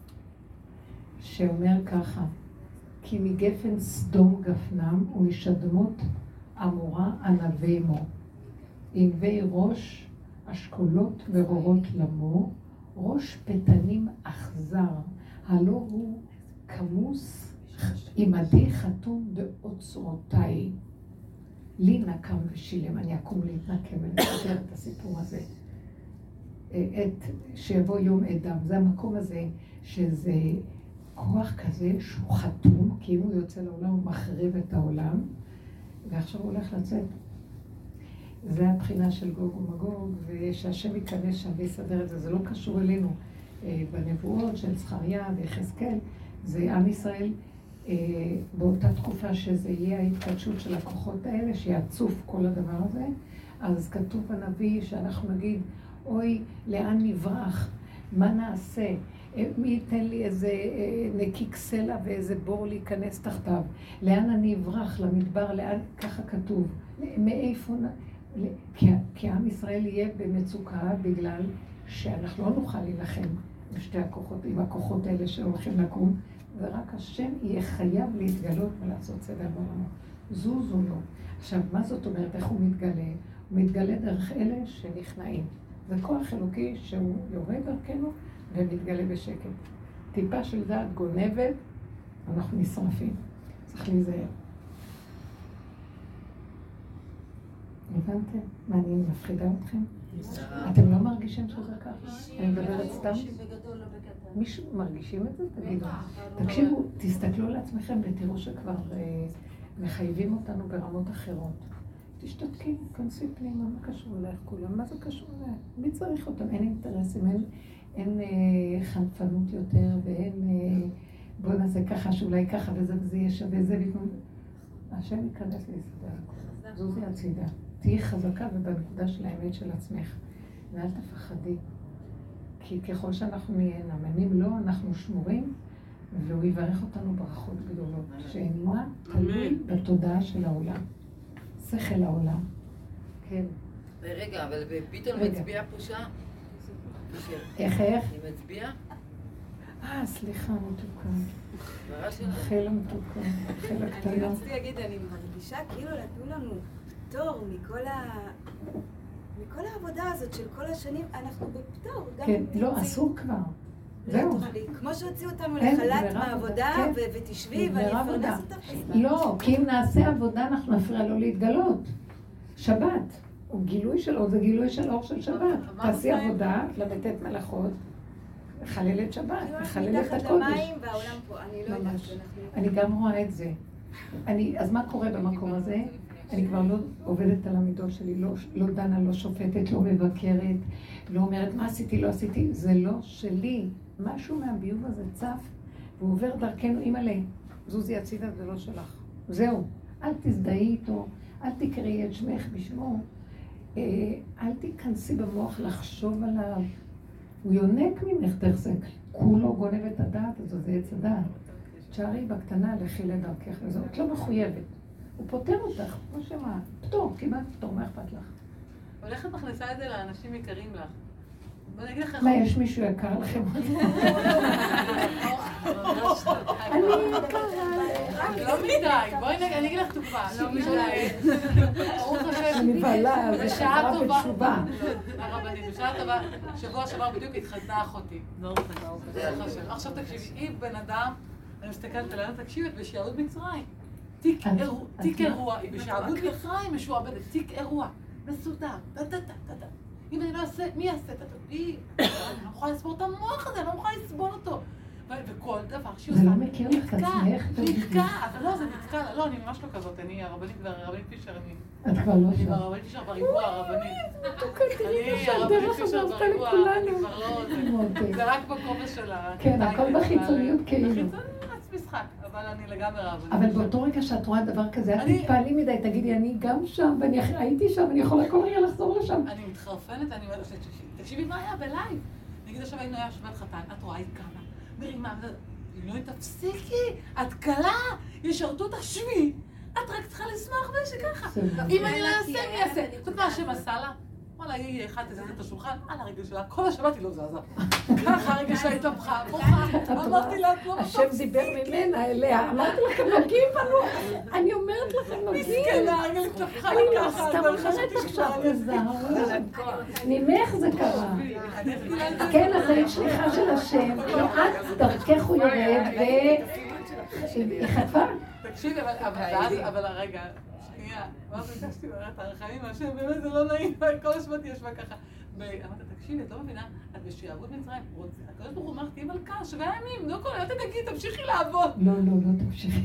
שאומר ככה, כי מגפן סדום גפנם ומשדמות עמורה ענבי מו. ענבי ראש אשכולות ורורות למו, ראש פתנים אכזר, הלא הוא כמוס עמדי חתום באוצרותיי. לי נקם ושילם, אני אקום להתנקם ולסדר את הסיפור הזה. את שיבוא יום אדם, זה המקום הזה שזה כוח כזה שהוא חתום, כי אם הוא יוצא לעולם הוא מחריב את העולם, ועכשיו הוא הולך לצאת. זה הבחינה של גוג ומגוג, ושהשם ייכנס שם ויסדר את זה, זה לא קשור אלינו. בנבואות של זכריה ויחזקאל, זה עם ישראל, באותה תקופה שזה יהיה ההתקדשות של הכוחות האלה, שיעצוף כל הדבר הזה, אז כתוב בנביא שאנחנו נגיד, אוי, לאן נברח? מה נעשה? מי ייתן לי איזה נקיק סלע ואיזה בור להיכנס תחתיו? לאן אני אברח? למדבר? לאן? ככה כתוב. מאיפה? כי, כי עם ישראל יהיה במצוקה בגלל שאנחנו לא נוכל להילחם עם שתי הכוחות, עם הכוחות האלה שהולכים לקום, ורק השם יהיה חייב להתגלות ולעשות סדר בעולמו. זוזו לו. עכשיו, מה זאת אומרת? איך הוא מתגלה? הוא מתגלה דרך אלה שנכנעים. זה כוח אלוקי שהוא יורד דרכנו ומתגלה בשקט. טיפה של דעת גונבת, אנחנו נשרפים. צריך להיזהר. הבנתם? מה, אני מפחידה אתכם? אתם לא מרגישים שזה ככה? אני מדברת סתם? מישהו מרגישים את זה? תגידו. תקשיבו, תסתכלו על עצמכם ותראו שכבר מחייבים אותנו ברמות אחרות. תשתתקי, כנסי פנימה, מה קשור אליך כולם? מה זה קשור אליך? מי צריך אותם? אין אינטרסים, אין, אין אה, חנפנות יותר, ואין אה, בוא נעשה ככה, שאולי ככה וזה וזה יהיה שווה זה. השם ייכנס להסתדר. זו זה הצידה. תהיי חזקה ובנקודה של האמת של עצמך. ואל תפחדי. כי ככל שאנחנו נהיה נאמנים לו, אנחנו שמורים, והוא יברך אותנו ברכות גדולות. שאינה תלוי בתודעה של העולם. שכל העולם. כן. רגע, אבל פתאום מצביעה פה שעה. איך איך? היא מצביעה? אה, סליחה, מתוקה. חיל המתוקה, חיל הקטנה. אני רציתי להגיד, אני מרגישה כאילו נתנו לנו פטור מכל ה... מכל העבודה הזאת של כל השנים, אנחנו בפטור. כן, לא, אסור כבר. זהו. כמו שהוציאו אותנו לחל"ת מהעבודה, ותשבי ואני אפרנס אותך. לא, כי אם נעשה עבודה אנחנו נפריע לו להתגלות. שבת. הוא גילוי של אור, זה גילוי של אור של שבת. תעשי עבודה, למתת מלאכות, חללת שבת, חללת הקודש. מתחת למים והעולם פה, אני לא יודעת. אני גם רואה את זה. אז מה קורה במקום הזה? אני כבר לא עובדת על המידות שלי, לא, לא דנה, לא שופטת, לא מבקרת, לא אומרת מה עשיתי, לא עשיתי. זה לא שלי. משהו מהביוב הזה צף, והוא עובר דרכנו, אימא'לה, זוזי הצידה, זה לא שלך. זהו. אל תזדהי איתו, אל תקראי את שמך בשמו, אל תיכנסי במוח לחשוב עליו. הוא יונק ממך דרך זה, כולו גונב את הדעת הזו, זה עץ הדעת. תשארי בקטנה לכי לדרכך וזאת, את לא מחויבת. הוא פותר אותך, כמו שמה, פטור, כמעט פטור, מה אכפת לך? אבל איך את מכניסה את זה לאנשים יקרים לך? בוא נגיד לך... מה, יש מישהו יקר לכם? אני יקרה. לא מדי, בואי נגיד, אני אגיד לך תקופה. לא מדי. ברוך השם. אני בעלה, זה בשעה טובה. בתשובה. הרבנית, בשעה טובה, שבוע שעבר בדיוק התחתנה אחותי. ברוך השם. עכשיו תקשיבי, היא בן אדם, אני מסתכלת עליה, תקשיבי, את בשעבוד מצרים. תיק אירוע, היא בשעבוד מצרים משועבדת, תיק אירוע. מסודר, טה-טה-טה-טה. אם אני לא אעשה, מי יעשה? היא, אני לא יכולה לסבור את המוח הזה, אני לא יכולה לסבול אותו. וכל דבר שהיא עושה, זה לא מכיר לך את עצמך? נתקע, אבל לא, זה נתקע, לא, אני ממש לא כזאת, אני הרבנית והרבנית פישר, אני... את כבר לא אני שם. הרבנית פישר בריבוע, הרבנית. אני הרבנית פישר בריבוע, אני כבר לא... זה רק בכובע שלה. כן, הכל בחיצוניות כאילו. בחיצוניות משחק, אבל אני לגמרי רבנית. אבל באותו רגע שאת רואה דבר כזה, את תתפעלי מדי, תגידי, אני גם שם, ואני הייתי שם, אני יכולה כל רגע לחזור לשם. אני מתחרפנת, אני אומרת, תקשיבי מה היה בלייב. נגיד עכשיו היינו היה שבת חתן, את רואה, היא קמה, מרימה, לא תפסיקי, את קלה, ישרתו את השבי, את רק צריכה לשמוח ושככה. אם אני לא אעשה, מי יעשה? זאת אומרת מה השם עשה לה? וואלה, היא אחת תזזת את השולחן, על הרגל שלה, כל השבת היא לא זזה. ככה הרגל שלה התהפכה, בוכה, אמרתי לה, את לא בסוף. השם דיבר ממנה אליה, אמרתי לכם, נוגעים בנו, אני אומרת לכם, נוגעים. מסכנה, הרגל התהפכה אני לא ככה, סתם אומרת עכשיו, תזהרו. ממך זה קרה. כן, אז היית שליחה של השם, לא את, דרכך הוא יורד, והיא חטפה. תקשיבי, אבל הרגע, שנייה, מה ביקשתי לראות הרחמים, השם, באמת זה לא נעים, כל השבת ישבה ככה. ואמרת, תקשיבי, את לא מבינה, את בשעבוד מצרים, הקדוש ברוך הוא אמר, תהיי מלכה, שבעה ימים, לא כל, אל תדאגי, תמשיכי לעבוד. לא, לא, לא תמשיכי.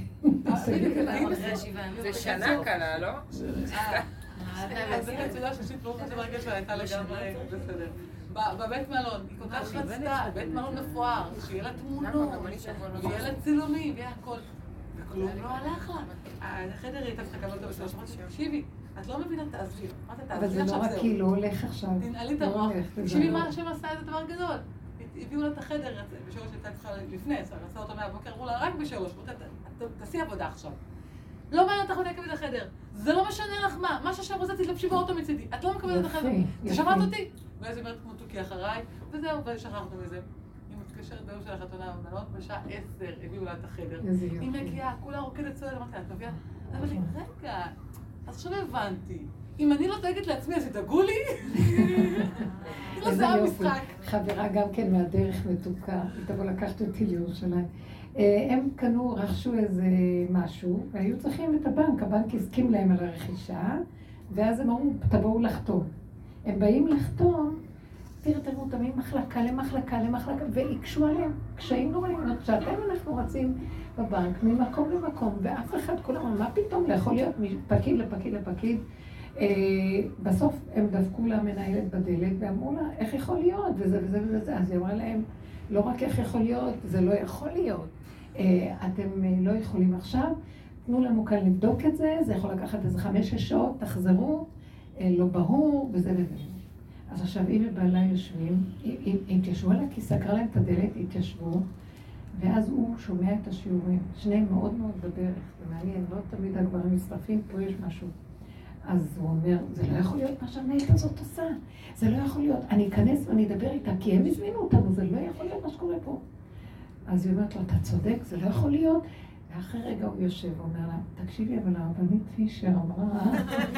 זה שנה קלה, לא? אז אני יודעת ששית ברוך השם הרגע שלה הייתה לגמרי בסדר. בבית מלון, היא כל כך רצתה, בית מלון מפואר, שיהיה לה תמונות, ויהיה לה צילומים, ויהיה הכל. וכלום לא הלך לה. החדר הייתה מחכה אותו בשלוש, אמרתי, תקשיבי, את לא מבינה, תעזבי. אבל זה לא רק כי לא הולך עכשיו. תנעלי את המוח. תקשיבי מה השם עשה איזה דבר גדול. הביאו לה את החדר, בשלוש הייתה צריכה לפני, רצה אותו מהבוקר, אמרו לה רק בשלוש, תעשי עבודה עכשיו. לא מעניין אותך ונקבל את החדר. זה לא משנה לך מה, מה שהשם רוצה תתלבשי באוטו מצידי. את לא מקבלת את החדר. אתה שמעת אותי? ואז היא אומרת כמו תוקי אחריי, וזהו, ושכחנו מזה. היא מתקשרת ביום של החתונה במלון, בשעה עשר הביאו לה את החדר. היא מגיעה, כולה רוקדת צועדת, אמרתי לה, את מביאה? אז אמרתי, רגע, אז עכשיו הבנתי. אם אני לא דואגת לעצמי, אז תדאגו לי? כאילו זה המשחק. חברה גם כן מהדרך מתוקה, היא תבוא לקחת אותי לירושלים. הם קנו, רכשו איזה משהו, והיו צריכים את הבנק, הבנק הסכים להם על הרכישה, ואז הם אמרו, תבואו לחתום. הם באים לחתום, טרטרו אותם ממחלקה למחלקה למחלקה, ויקשו עליהם קשיים נוראים. שעתיים אנחנו רצים בבנק ממקום למקום, ואף אחד כולם, מה פתאום, יכול להיות מפקיד לפקיד לפקיד. בסוף הם דפקו לה מנהלת בדלת ואמרו לה, איך יכול להיות? וזה וזה וזה. אז היא אמרה להם, לא רק איך יכול להיות, זה לא יכול להיות. אתם לא יכולים עכשיו, תנו לנו כאן לבדוק את זה, זה יכול לקחת איזה חמש שש שעות, תחזרו, לא ברור, וזה וזה. אז עכשיו היא ובעלה יושבים, הם התיישבו עליה, כי סגרה להם את הדלת, התיישבו, ואז הוא שומע את השיעורים, שניהם מאוד מאוד בדרך, ומעניין, לא תמיד הגברים מצטרפים, פה יש משהו. אז הוא אומר, זה לא יכול להיות מה שהמנהלת הזאת עושה, זה לא יכול להיות, אני אכנס ואני אדבר איתה, כי הם הזמינו אותנו, זה לא יכול להיות מה שקורה פה. אז היא אומרת לו, אתה צודק, זה לא יכול להיות, ואחרי רגע הוא יושב ואומר לה, תקשיבי, אבל הרבנית פישר אמרה,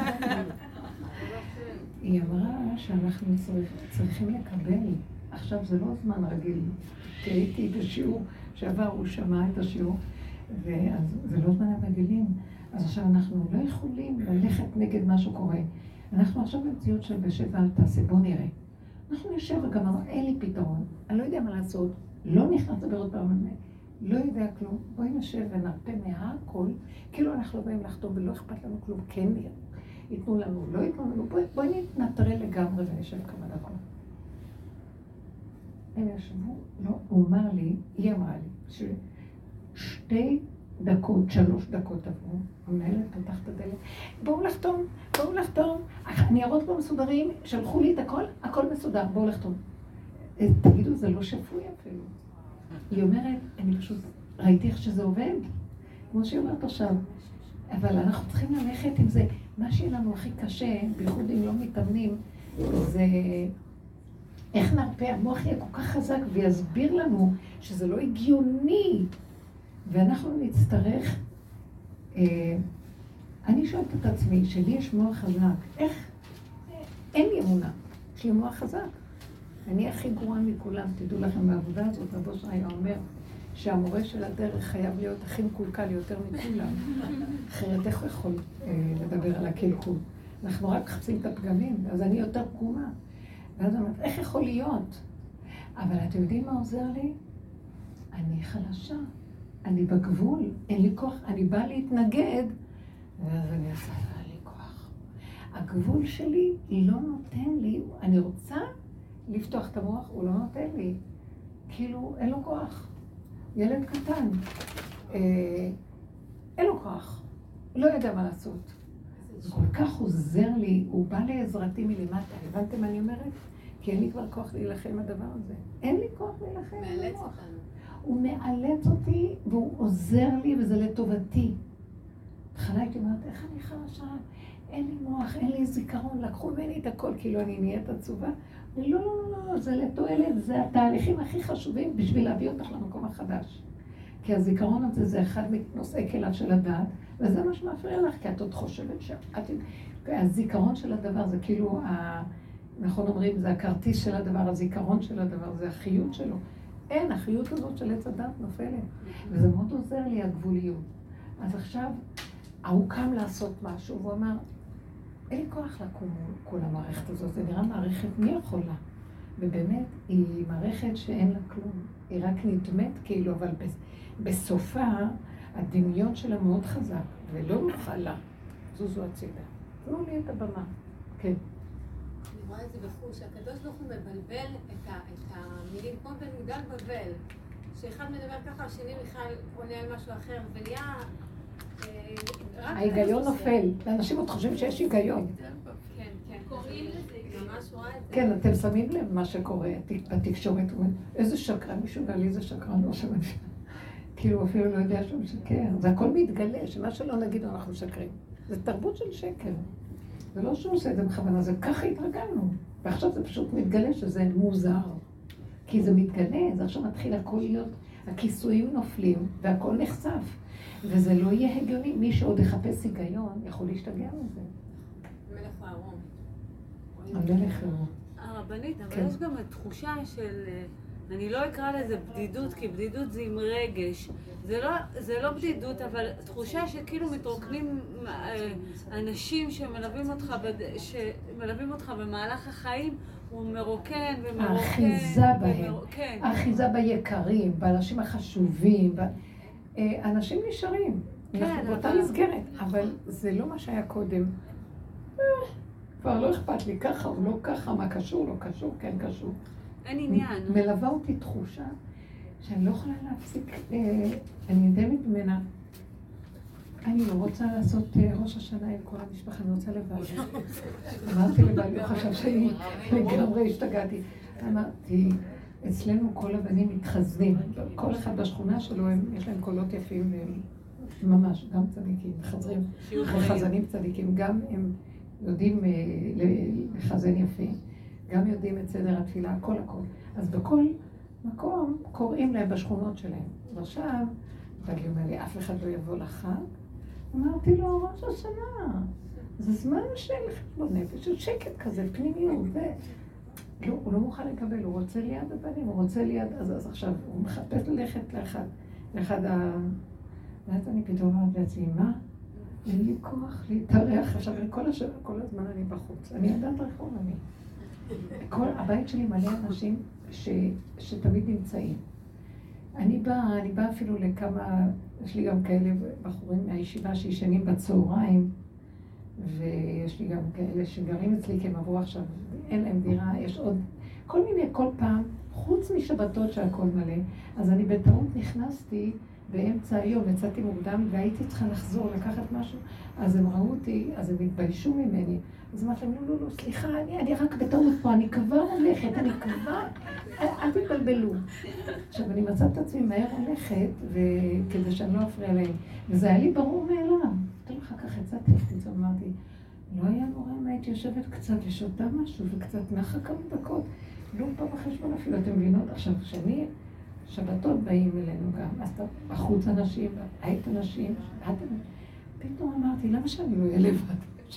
היא אמרה שאנחנו צריך, צריכים לקבל, עכשיו זה לא זמן רגיל, כי הייתי בשיעור שעבר, הוא שמע את השיעור, ואז זה לא זמן הרגילים, אז עכשיו אנחנו לא יכולים ללכת נגד מה שקורה. אנחנו עכשיו במציאות של בשב ואל תעשה, בוא נראה. אנחנו נשב וגם אמר, אין לי פתרון, אני לא יודע מה לעשות, לא נכנס לדבר עוד פעם, לא יודע כלום, בואי נשב ונרפה מהכל, כאילו אנחנו לא באים לחתום ולא אכפת לנו כלום, כן ייתנו לנו, לא ייתנו לנו, בואי, בואי נתנטרל לגמרי ונשב כמה דקות. הם ישבו, לא, הוא אמר לי, היא אמרה לי, ששתי דקות, שלוש דקות עברו, המנהלת פתח את הדלת, בואו לחתום, בואו לחתום, הניירות פה מסודרים, שלחו לי את הכל, הכל מסודר, בואו לחתום. תגידו, זה לא שפוי אפילו. היא אומרת, אני פשוט ראיתי איך שזה עובד, כמו שהיא אומרת עכשיו, אבל אנחנו צריכים ללכת עם זה. מה שיהיה לנו הכי קשה, בייחוד אם לא מתאמנים, זה איך נרפא, המוח יהיה כל כך חזק ויסביר לנו שזה לא הגיוני, ואנחנו נצטרך, אה, אני שואלת את עצמי, שלי יש מוח חזק, איך, אין לי אמונה, יש לי מוח חזק. אני הכי גרועה מכולם, תדעו לכם, בעבודה הזאת, רבו שהיה אומר שהמורה של הדרך חייב להיות הכי מקולקל יותר מכולם. אחרת איך הוא יכול אה, לדבר על הקלקול? אנחנו רק חפשים את הפגמים, אז אני יותר פגומה. ואז אני אומרת, איך יכול להיות? אבל אתם יודעים מה עוזר לי? אני חלשה, אני בגבול, אין לי כוח, אני באה להתנגד, ואז אני עושה, אין לי כוח. הגבול שלי לא נותן לי, אני רוצה לפתוח את המוח, הוא לא נותן לי. כאילו, אין לו כוח. ילד קטן, אה, אין לו כוח. לא יודע מה לעשות. זה כל כך עוזר לי, הוא בא לעזרתי מלמטה. הבנתם מה אני אומרת? כי אין לי כבר כוח להילחם הדבר הזה. אין לי כוח להילחם. מאלץ אותנו. הוא מאלץ אותי והוא עוזר לי וזה לטובתי. בהתחלה הייתי אומרת, איך אני חלשה? אין לי מוח, אין לי זיכרון, לקחו ממני את הכל, כאילו אני נהיית עצובה. לא, לא, לא, לא, זה לתועלת, זה התהליכים הכי חשובים בשביל להביא אותך למקום החדש. כי הזיכרון הזה זה אחד מנושאי כליו של הדעת, וזה מה שמפריע לך, כי את עוד חושבת שאת... הזיכרון של הדבר זה כאילו, ה... נכון אומרים, זה הכרטיס של הדבר, הזיכרון של הדבר, זה החיות שלו. אין, החיות הזאת של עץ הדת נופלת. וזה מאוד עוזר לי, הגבוליות. אז עכשיו, הוא קם לעשות משהו, והוא אמר, אין לי כוח לקום כל המערכת הזאת, זה נראה מערכת, מי יכול לה? ובאמת, היא מערכת שאין לה כלום. היא רק נדמת כאילו, אבל בסופה, הדמיון שלה מאוד חזק, ולא נוכל לה. זוזו הצידה. תנו לי את הבמה. כן. אני רואה את זה בחוש, שהקדוש ברוך הוא מבלבל את המילים, כמו בנוגן בבל, שאחד מדבר ככה, השני בכלל עונה על משהו אחר, ונהיה... ההיגיון נופל, ואנשים עוד חושבים שיש היגיון. כן, כן. קוראים לזה, ממש רואה את זה. כן, אתם שמים לב מה שקורה בתקשורת, איזה שקרן, מישהו גלי איזה שקרן, לא שמע. כאילו אפילו לא יודע שהוא משקר, זה הכל מתגלה, שמה שלא נגיד אנחנו משקרים. זה תרבות של שקר. זה לא שהוא עושה את זה בכוונה, זה ככה התרגלנו. ועכשיו זה פשוט מתגלה שזה מוזר. כי זה מתגלה, זה עכשיו מתחיל הכל להיות, הכיסויים נופלים והכל נחשף. וזה לא יהיה הגיוני, מי שעוד יחפש היגיון יכול להשתגע מזה. המלך הוא ערום. המלך הוא... הרבנית, אבל יש גם תחושה של... אני לא אקרא לזה בדידות, כי בדידות זה עם רגש. זה לא, זה לא בדידות, אבל תחושה שכאילו מתרוקנים אנשים שמלווים אותך, בד... שמלווים אותך במהלך החיים, הוא מרוקן ומרוקן. האחיזה בהם, כן. האחיזה ביקרים, באנשים החשובים, ב... אנשים נשארים, אנחנו באותה מסגרת, אבל זה לא מה שהיה קודם. כבר לא אכפת לי ככה או לא ככה, מה קשור, לא קשור, כן קשור. אין עניין. מלווה אותי תחושה שאני לא יכולה להפסיק, אני נדמת ממנה. אני לא רוצה לעשות ראש השנה עם כל המשפחה, אני רוצה לבד. אמרתי לבעלי, הוא חשב שאני לגמרי השתגעתי. אמרתי, אצלנו כל הבנים מתחזנים, כל אחד בשכונה שלו, יש להם קולות יפים, ממש, גם צדיקים, מחזרים, חזנים צדיקים, גם הם יודעים לחזן יפה, גם יודעים את סדר התפילה, הכל הכל. אז בכל מקום קוראים להם בשכונות שלהם. ועכשיו, ואני אומר לי, אף אחד לא יבוא לחג. אמרתי לו, ראש השנה, זה זמן של חשבון נפש, של שקט כזה, פנימיות. לא, הוא לא מוכן לקבל, הוא רוצה ליד הבנים, הוא רוצה ליד, אז, אז עכשיו הוא מחפש ללכת לאחד, לאחד ה... ואז אני פתאום אומרת לעצמי, מה? אין לי כוח להתארח. עכשיו, כל, הש... כל הזמן אני בחוץ. אני יודעת רחוב אני. כל הבית שלי מלא אנשים ש... שתמיד נמצאים. אני באה, אני באה אפילו לכמה, יש לי גם כאלה בחורים מהישיבה שישנים בצהריים, ויש לי גם כאלה שגרים אצלי, כי הם עברו עכשיו, אין להם דירה, יש עוד, כל מיני, כל פעם, חוץ משבתות שהכל מלא, אז אני בטעות נכנסתי באמצע היום, יצאתי מוקדם, והייתי צריכה לחזור, לקחת משהו, אז הם ראו אותי, אז הם התביישו ממני, אז אמרתי להם, לא, לא, לא, סליחה, אני, אני רק בטעות פה, אני כבר הולכת, אני כבר, אל, אל תתבלבלו. עכשיו, אני מצאת את עצמי מהר הולכת, וכדי שאני לא אפריע להם, וזה היה לי ברור מאליו. טוב, אחר כך יצאתי החוצה, אמרתי, לא היה נורא אם הייתי יושבת קצת ושותה משהו, וקצת נחה כמה דקות, לא פעם בחשבון אפילו, אתם מבינות? עכשיו, כשאני, שבתות באים אלינו גם, אז בחוץ אנשים, היית אנשים, פתאום אמרתי, למה שאני לא אהיה לבד?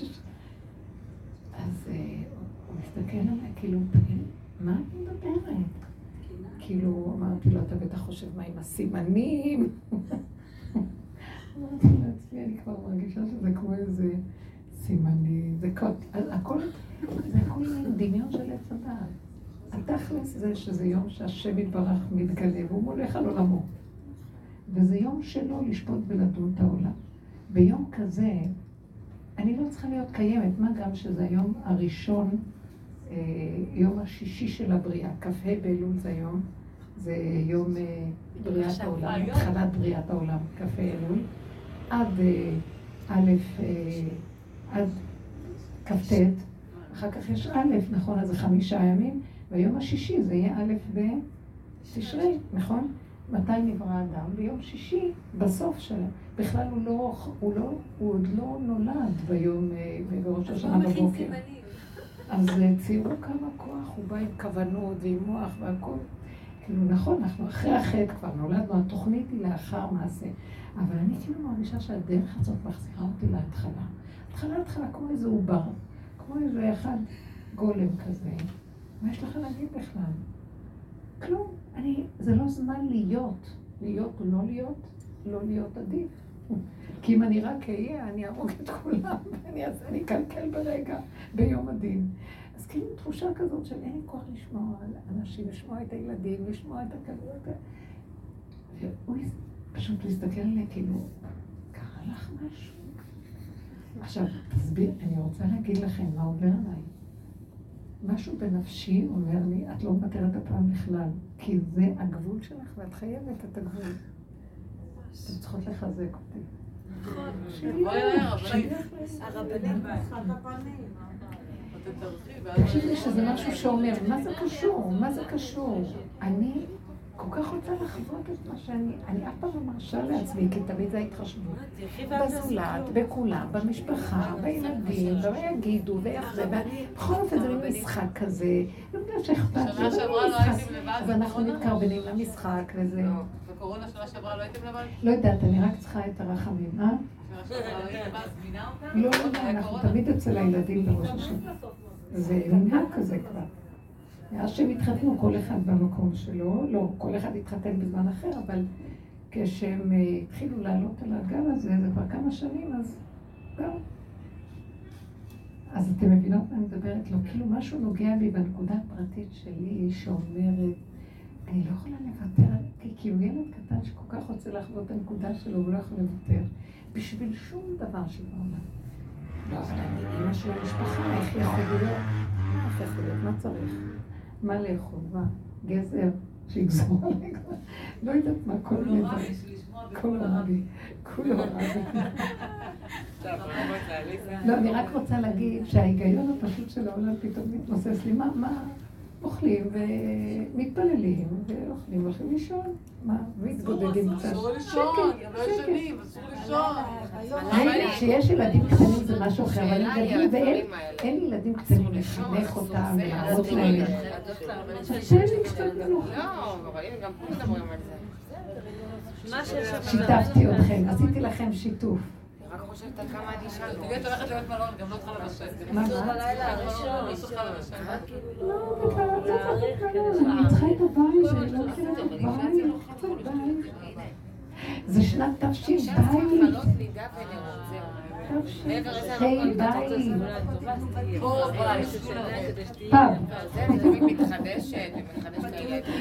אז הוא מסתכל עליי, כאילו, מה אני מדברת? כאילו, אמרתי לו, אתה בטח חושב מה עם הסימנים? אמרתי לעצמי, אני כבר מרגישה שזה כמו איזה סימנים, זה הכל, זה הכל דמיון של עץ הדעת. התכלס זה שזה יום שהשם יתברך מתגלה, והוא מולך על עולמו. וזה יום שלו לשפוט ולדון את העולם. ביום כזה, אני לא צריכה להיות קיימת, מה גם שזה היום הראשון, אה, יום השישי של הבריאה, כ"ה באלול זה היום, זה יום אה, בריאת העולם, התחלת בריאת העולם, כ"ה אלול, עד אה, א', אה, עד כ"ט, אחר כך יש א', נכון, אז זה חמישה ימים, והיום השישי זה יהיה א' בתשרי, נכון? מתי נברא האדם? ביום שישי, בסוף שלו. בכלל הוא לא, הוא לא, הוא עוד לא נולד ביום, בראש השנה בבוקר. אז ציירו כמה כוח, הוא בא עם כוונות ועם מוח והכל. כאילו נכון, אנחנו אחרי החטא כבר נולדנו, התוכנית היא לאחר מעשה. אבל אני כאילו מרגישה שהדרך הזאת מחזירה אותי להתחלה. התחלה התחלה כמו איזה עובר, כמו איזה אחד גולם כזה. מה יש לך להגיד בכלל? כלום. אני, זה לא זמן להיות. להיות או לא להיות, לא להיות עדיף. כי אם אני רק אהיה, אני ארוג את כולם, ואני אני אקלקל ברגע, ביום הדין. אז כאילו תחושה כזאת של אין לי כוח לשמוע על אנשים, לשמוע את הילדים, לשמוע את הכבוד. והוא פשוט להסתכל עליה כאילו, קרה לך משהו? עכשיו, תסביר, אני רוצה להגיד לכם מה עובר עליי. משהו בנפשי אומר לי, את לא מוותרת הפעם בכלל, כי זה הגבול שלך ואת חייבת את הגבול. אתם צריכות לחזק אותי. נכון. הרבנים בשפת הפנים. תקשיבי שזה משהו שאומר, מה זה קשור? מה זה קשור? אני כל כך רוצה לחוות את מה שאני, אני אף פעם לא מרשה לעצמי, כי תמיד זה ההתחשבות. בזולת, בכולם, במשפחה, בילדים, ומה יגידו, ואיך זה, בכל אופן זה משחק כזה, לא בגלל שאכפת לי, זה משחק, אז אנחנו מתקרבנים למשחק וזה. בקורונה שנה שעברה לא הייתם לבד? לא יודעת, אני רק צריכה את הרחמים, אה? שנה שעברה לא הייתם מזמינה אותם? לא, אנחנו תמיד אצל הילדים בראש השנה. זה מנהג כזה כבר. אז שהם התחתנו כל אחד במקום שלו, לא, כל אחד התחתן בזמן אחר, אבל כשהם התחילו לעלות על הגל הזה, זה כבר כמה שנים, אז גם. אז אתם מבינות מה אני מדברת לו? כאילו משהו נוגע בי בנקודה הפרטית שלי, שאומרת, אני לא יכולה לוותר, כי כאילו ילד קטן שכל כך רוצה לחוות את הנקודה שלו, הוא לא יכול לוותר, בשביל שום דבר שבעולם. לא, אבל אני אימא של המשפחה, איך יכול להיות? מה איך יכול להיות? מה צריך? מה לאכול? מה? גזר? שיגזור עליי? לא יודעת מה, כל מיני דברים. כל הרבי, כולו הרבי. לא, אני רק רוצה להגיד שההיגיון הפשוט של העולם פתאום מתנוסס לי, מה? אוכלים ומתפללים ואוכלים, הולכים לישון. מה? מתבודדים קצת. אסור לישון, הם לא ישנים, אסור לישון. כשיש ילדים קטנים זה משהו אחר, אבל ילדים ואין ילדים קטנים לחנך אותם ולערות להם. השם קצת מנוחה. לא, אבל אם גם פה מדברים על זה. שיתפתי אתכם, עשיתי לכם שיתוף. רק חושבת על כמה אני אשאל. תגידי, את הולכת לבית מלון, גם לא צריכה לבשל. מה? מה? לא צריכה לבשל. לא, אני צריכה את הבית, אני לא מכירה את הבית. זה שנת תפשין בית. תפשין בית. פעם. זה אני תמיד מתחדשת, ומתחדשת לילדים.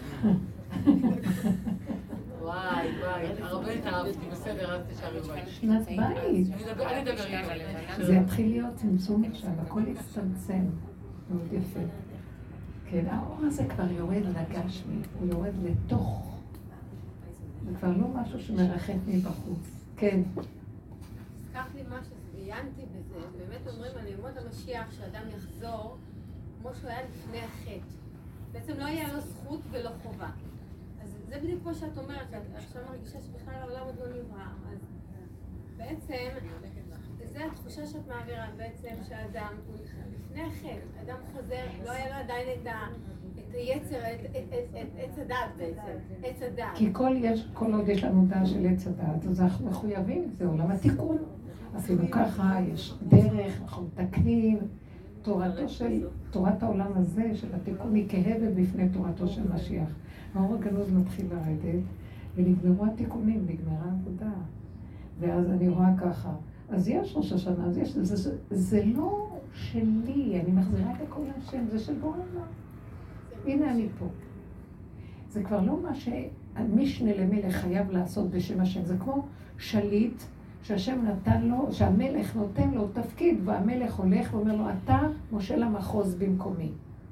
וואי, וואי, הרבה התאהבתי, בסדר, אז תשארי בואי. שנת בית. אני אדבר איתו. זה יתחיל להיות צמצום עכשיו, הכל יצטמצם. מאוד יפה. כן, האור הזה כבר יורד לגשמי, הוא יורד לתוך. זה כבר לא משהו שמרחף מבחוץ. כן. הזכרת לי משהו, עיינתי בזה, באמת אומרים על ימות המשיח שאדם יחזור כמו שהוא היה לפני החטא. בעצם לא היה לו זכות ולא חובה. אז זה בדיוק כמו שאת אומרת, שאת עכשיו מרגישה שבכלל העולם עוד לא נברא. אז בעצם, זו התחושה שאת מעבירה בעצם שהאדם, לפני החטא, אדם חוזר, לא היה לו עדיין את היצר, את עץ הדעת בעצם, עץ הדעת. כי כל עוד יש לנו דעת של עץ הדעת, אז אנחנו מחויבים, זה עולם התיקון. עשינו ככה, יש דרך, אנחנו מתקנים. תורתו של, תורת העולם הזה, של התיקון, היא כהבל בפני תורתו של משיח. האור הגנוז מתחיל לרדת, ונגמרו התיקונים, נגמרה העבודה. ואז אני רואה ככה, אז יש ראש השנה, אז יש, זה, זה, זה לא שלי, אני מחזירה את הכל לשם, זה של בורא עולם. הנה אני פה. זה כבר לא מה שהמשנה למלך חייב לעשות בשם השם, זה כמו שליט, שהשם נתן לו, שהמלך נותן לו תפקיד, והמלך הולך ואומר לו, אתה מושל המחוז במקומי.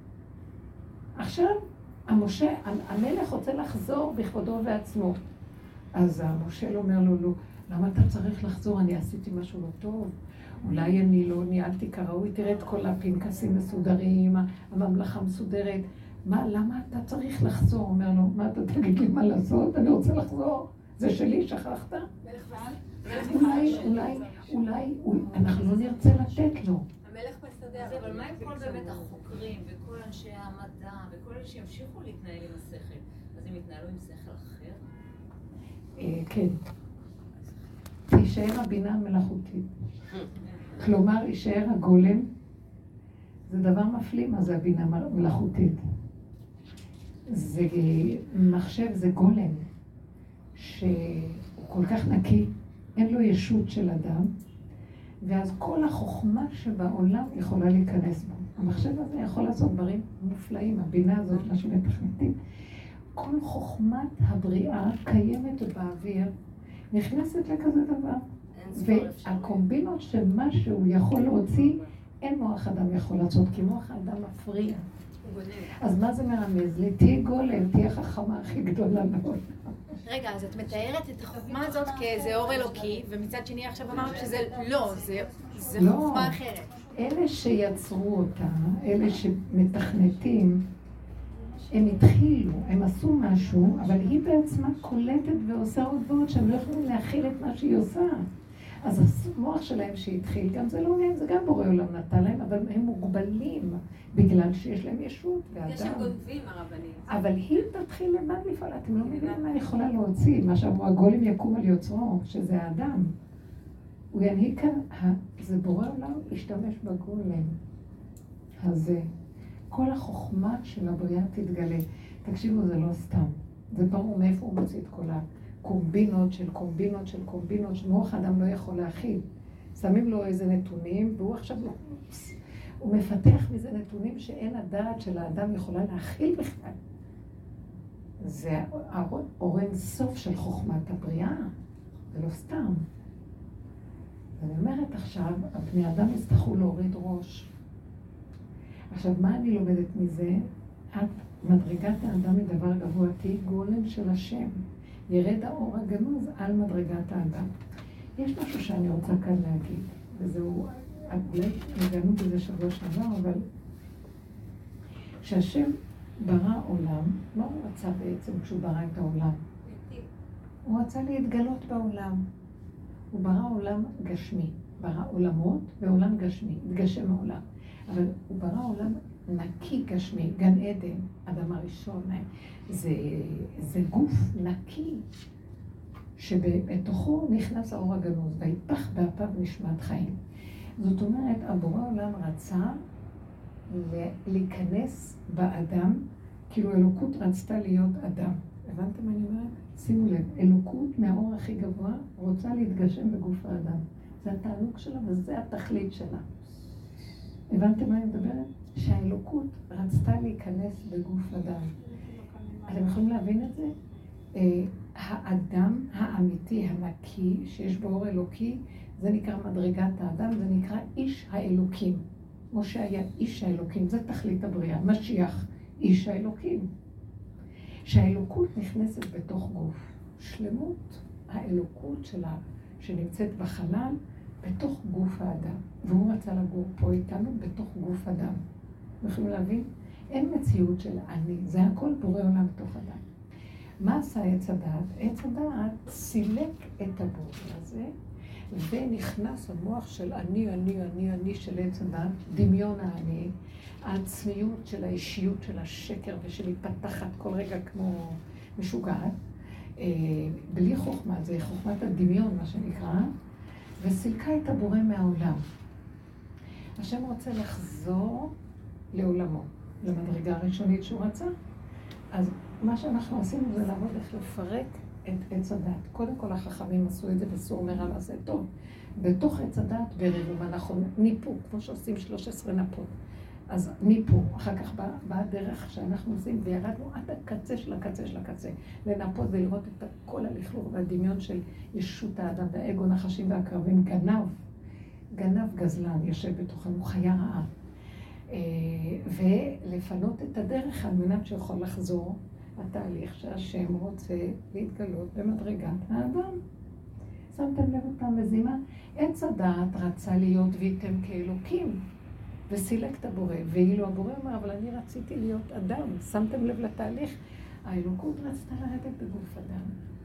עכשיו, המושל, המלך רוצה לחזור בכבודו ובעצמו. אז המושל אומר לו, לא, למה אתה צריך לחזור? אני עשיתי משהו לא טוב. אולי אני לא ניהלתי כראוי, תראה את כל הפנקסים מסודרים, הממלכה מסודרת. מה, למה אתה צריך לחזור? אומר לו, מה אתה תגיד לי מה לעשות? אני רוצה לחזור. זה שלי, שכחת? אולי, אולי, אולי, אנחנו לא נרצה לתת לו. המלך מסדר. אבל מה עם כל באמת החוקרים וכל אנשי המדע וכל אלה שימשיכו להתנהל עם השכל? אז הם יתנהלו עם שכל אחר? כן. תישאר הבינה המלאכותית. כלומר, יישאר הגולם. זה דבר מפליא מה זה הבינה המלאכותית. זה מחשב, זה גולם, שהוא כל כך נקי. אין לו ישות של אדם, ואז כל החוכמה שבעולם יכולה להיכנס בו. המחשב הזה יכול לעשות דברים מופלאים, הבינה הזאת, מה שמתכנתים. כל חוכמת הבריאה קיימת באוויר, נכנסת לכזה דבר. והקומבינות שמשהו יכול להוציא, אין מוח אדם יכול לעשות, כי מוח האדם מפריע. אז מה זה מרמז לי? תהיה גולם, תהיה חכמה הכי גדולה מאוד. רגע, אז את מתארת את החוכמה הזאת כאיזה אור אלוקי, ומצד שני עכשיו אמרת שזה לא, זה, זה לא. חוכמה אחרת. אלה שיצרו אותה, אלה שמתכנתים, הם התחילו, הם עשו משהו, אבל היא בעצמה קולטת ועושה עוד ועוד שהם לא יכולים להכיל את מה שהיא עושה. אז המוח שלהם שהתחיל, גם זה לא מהם, זה גם בורא עולם נתן להם, אבל הם מוגבלים בגלל שיש להם ישות ואדם. יש הם גונבים הרבנים. אבל היא תתחיל לבד לפעול, אתם לא מבינים מה יכולה להוציא, מה שאמרו, הגולם יקום על יוצרו, שזה האדם. הוא ינהיג כאן, זה בורא עולם להשתמש בגולם הזה. כל החוכמה של הבריאה תתגלה. תקשיבו, זה לא סתם. זה ברור מאיפה הוא מוציא את כל הקומבינות של קומבינות של קומבינות, שמוח האדם לא יכול להכיל. שמים לו איזה נתונים, והוא עכשיו, הוא מפתח מזה נתונים שאין הדעת של האדם יכולה להכיל בכלל. זה אורן סוף של חוכמת הבריאה, זה לא סתם. ואני אומרת עכשיו, הבני אדם יצטרכו להוריד ראש. עכשיו, מה אני לומדת מזה? את, מדרגת האדם היא דבר גבוה, תהי גולם של השם. ירד האור הגנוז על מדרגת האדם. יש משהו שאני רוצה כאן להגיד, וזהו, אולי הגענו בזה שבוע שעבר, אבל שהשם ברא עולם, מה הוא רצה בעצם כשהוא ברא את העולם? הוא רצה להתגלות בעולם. הוא ברא עולם גשמי, ברא עולמות ועולם גשמי, התגשם העולם. אבל הוא ברא עולם נקי גשמי, גן עדן, אדם הראשון, זה, זה גוף נקי, שבתוכו נכנס האור הגנוז, ויפח באפיו נשמת חיים. זאת אומרת, הבורא עולם רצה להיכנס באדם, כאילו אלוקות רצתה להיות אדם. הבנתם מה אני אומרת? שימו לב, אלוקות מהאור הכי גבוה רוצה להתגשם בגוף האדם. זה התענוג שלה וזה התכלית שלה. הבנתם מה אני מדברת? שהאלוקות רצתה להיכנס בגוף אדם. אתם יכולים להבין את זה? האדם האמיתי, הנקי, שיש בו אור אלוקי, זה נקרא מדרגת האדם, זה נקרא איש האלוקים. משה היה איש האלוקים, זה תכלית הבריאה. משיח, איש האלוקים. שהאלוקות נכנסת בתוך גוף. שלמות האלוקות שלה, שנמצאת בחלל, בתוך גוף האדם. והוא רצה לגור פה איתנו בתוך גוף אדם. יכולים להבין? אין מציאות של אני, זה הכל בורא עולם בתוך אדם. מה עשה עץ הדעת? עץ הדעת סילק את הבור הזה, ונכנס המוח של אני, אני, אני, אני של עץ הדעת, דמיון האני, העצמיות של האישיות של השקר ושל להיפתחת כל רגע כמו משוגעת, בלי חוכמה, זה חוכמת הדמיון מה שנקרא, וסילקה את הבורא מהעולם. השם רוצה לחזור לעולמו, למדרגה הראשונית שהוא רצה. אז מה שאנחנו עשינו זה לעבוד איך לפרק את עץ הדת. קודם כל החכמים עשו את זה בסור מרע ועשה טוב. בתוך עץ הדת בררו, ואנחנו ניפו, כמו שעושים שלוש עשרה נפות. אז ניפו, אחר כך באה בא הדרך שאנחנו עושים, וירדנו עד הקצה של הקצה של הקצה. לנפות ולראות את כל הלכלוך והדמיון של ישות האדם והאגו, נחשים והקרבים, גנב. גנב גזלן יושב בתוכנו, חיה רעה. ולפנות את הדרך על מנת שיכול לחזור התהליך שהשם רוצה להתגלות במדרגת האדם. שמתם לב אותם מזימה? עץ הדעת רצה להיות ויתם כאלוקים וסילק את הבורא, ואילו הבורא אומר, אבל אני רציתי להיות אדם. שמתם לב לתהליך? האלוקות רצתה לרדת בגוף אדם,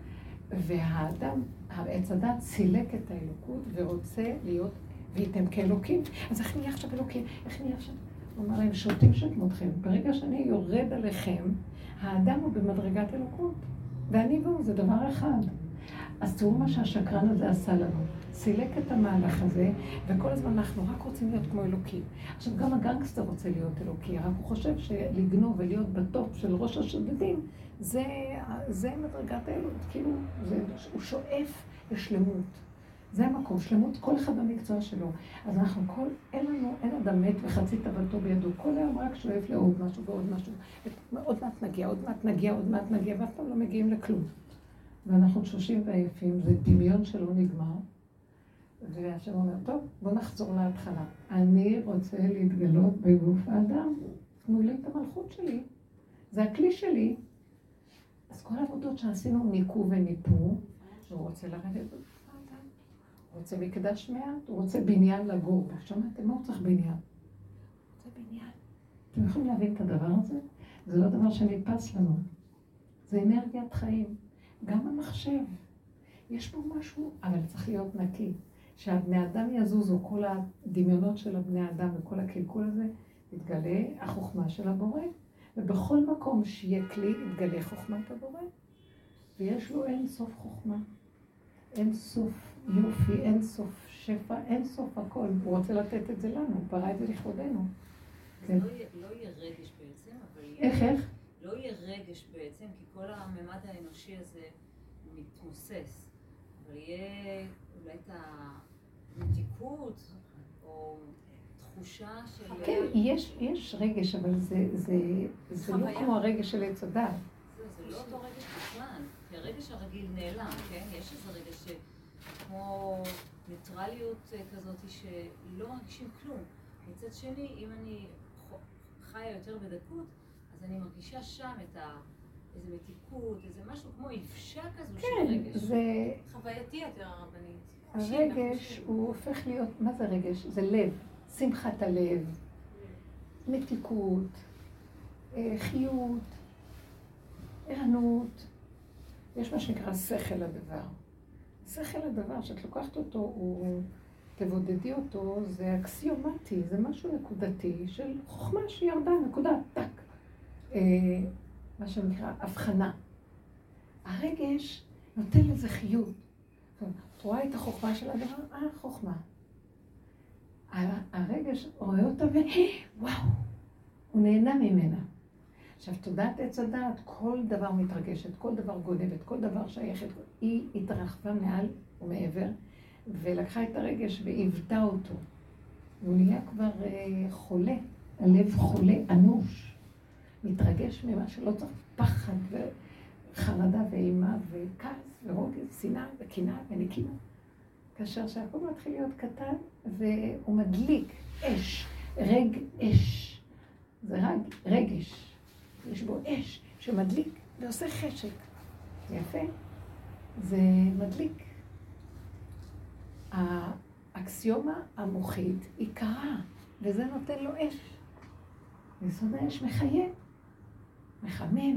והאדם, עץ הדעת סילק את האלוקות ורוצה להיות ויתם כאלוקים. אז איך נהיה עכשיו אלוקים? איך נהיה עכשיו? הוא אומר להם, שותים שכמותכם. ברגע שאני יורד עליכם, האדם הוא במדרגת אלוקות. ואני והוא, זה דבר אחד. אז תראו מה שהשקרן הזה עשה לנו. סילק את המהלך הזה, וכל הזמן אנחנו רק רוצים להיות כמו אלוקים. עכשיו, גם הגנגסטר רוצה להיות אלוקי, רק הוא חושב שלגנוב ולהיות בטופ של ראש השודדים, זה, זה מדרגת האלוקות. כאילו, זה, הוא שואף לשלמות. זה המקום, שלמות, כל אחד במקצוע שלו. אז אנחנו כל, אין לנו, אין אדם מת וחצי תאוותו בידו. כל היום רק שואף לעוד משהו ועוד משהו. עוד מעט נגיע, עוד מעט נגיע, עוד מעט נגיע, ואף פעם לא מגיעים לכלום. ואנחנו תשושים ועייפים, זה דמיון שלא נגמר. והשם אומר, טוב, בוא נחזור להתחלה. אני רוצה להתגלות בגוף האדם. תנו לי את המלכות שלי. זה הכלי שלי. אז כל העבודות שעשינו ניקו וניפו, שהוא רוצה לרדת. הוא רוצה מקדש מעט, הוא רוצה בניין לגור. שמעתם מה הוא צריך בניין? הוא רוצה בניין. אתם יכולים להבין את הדבר הזה? זה לא דבר שנתפס לנו. זה אנרגיית חיים. גם המחשב. יש בו משהו, אבל צריך להיות נקי. שהבני אדם יזוזו, כל הדמיונות של הבני אדם וכל הקלקול הזה, יתגלה החוכמה של הבורא. ובכל מקום שיהיה כלי, יתגלה חוכמת הבורא. ויש לו אין סוף חוכמה. אין סוף יופי, אין סוף שפע, אין סוף הכל. הוא רוצה לתת את זה לנו, הוא ברא את זה לכבודנו. לא יהיה רגש בעצם, אבל... איך, איך? לא יהיה רגש בעצם, כי כל הממד האנושי הזה מתמוסס. אבל יהיה אולי את מתיקות, או תחושה של... כן, יש, יש רגש, אבל זה, זה, זה לא כמו הרגש של עץ הדת. זה לא אותו רגש בכלל, כי הרגש הרגיל נעלם, כן? יש איזה רגש כמו ניטרליות כזאת שלא מרגישים כלום. מצד שני, אם אני חיה יותר בדקות, אז אני מרגישה שם את ה... איזה מתיקות, איזה משהו כמו יבשה כזו של רגש. כן, זה... חווייתי יותר הרבנית. הרגש הוא הופך להיות... מה זה רגש? זה לב, שמחת הלב, מתיקות, חיות, ערנות. יש מה שנקרא שכל הדבר. שכל הדבר, שאת לוקחת אותו, הוא... תבודדי אותו, זה אקסיומטי, זה משהו נקודתי של חוכמה שירדה, נקודה, טק. מה שנקרא, הבחנה. הרגש נותן לזה חיות. את רואה את החוכמה של הדבר? אה, חוכמה. הרגש רואה אותה ו... וואו, הוא נהנה ממנה. עכשיו, תודעת עץ הדעת, כל דבר מתרגשת, כל דבר גונבת, כל דבר שייכת, היא התרחבה מעל ומעבר, ולקחה את הרגש ועיוותה אותו. הוא נהיה כבר חולה, הלב חולה אנוש. מתרגש ממה שלא צריך, פחד וחרדה ואימה וכעס ורוגז, שנאה וקנאה ונקימה. כאשר שהכל מתחיל להיות קטן והוא מדליק אש, רג אש. זה רג, רגש. יש בו אש שמדליק ועושה חשק. יפה. זה מדליק. האקסיומה המוחית היא קרה, וזה נותן לו אש. ויסוד האש מחיה, מחמם.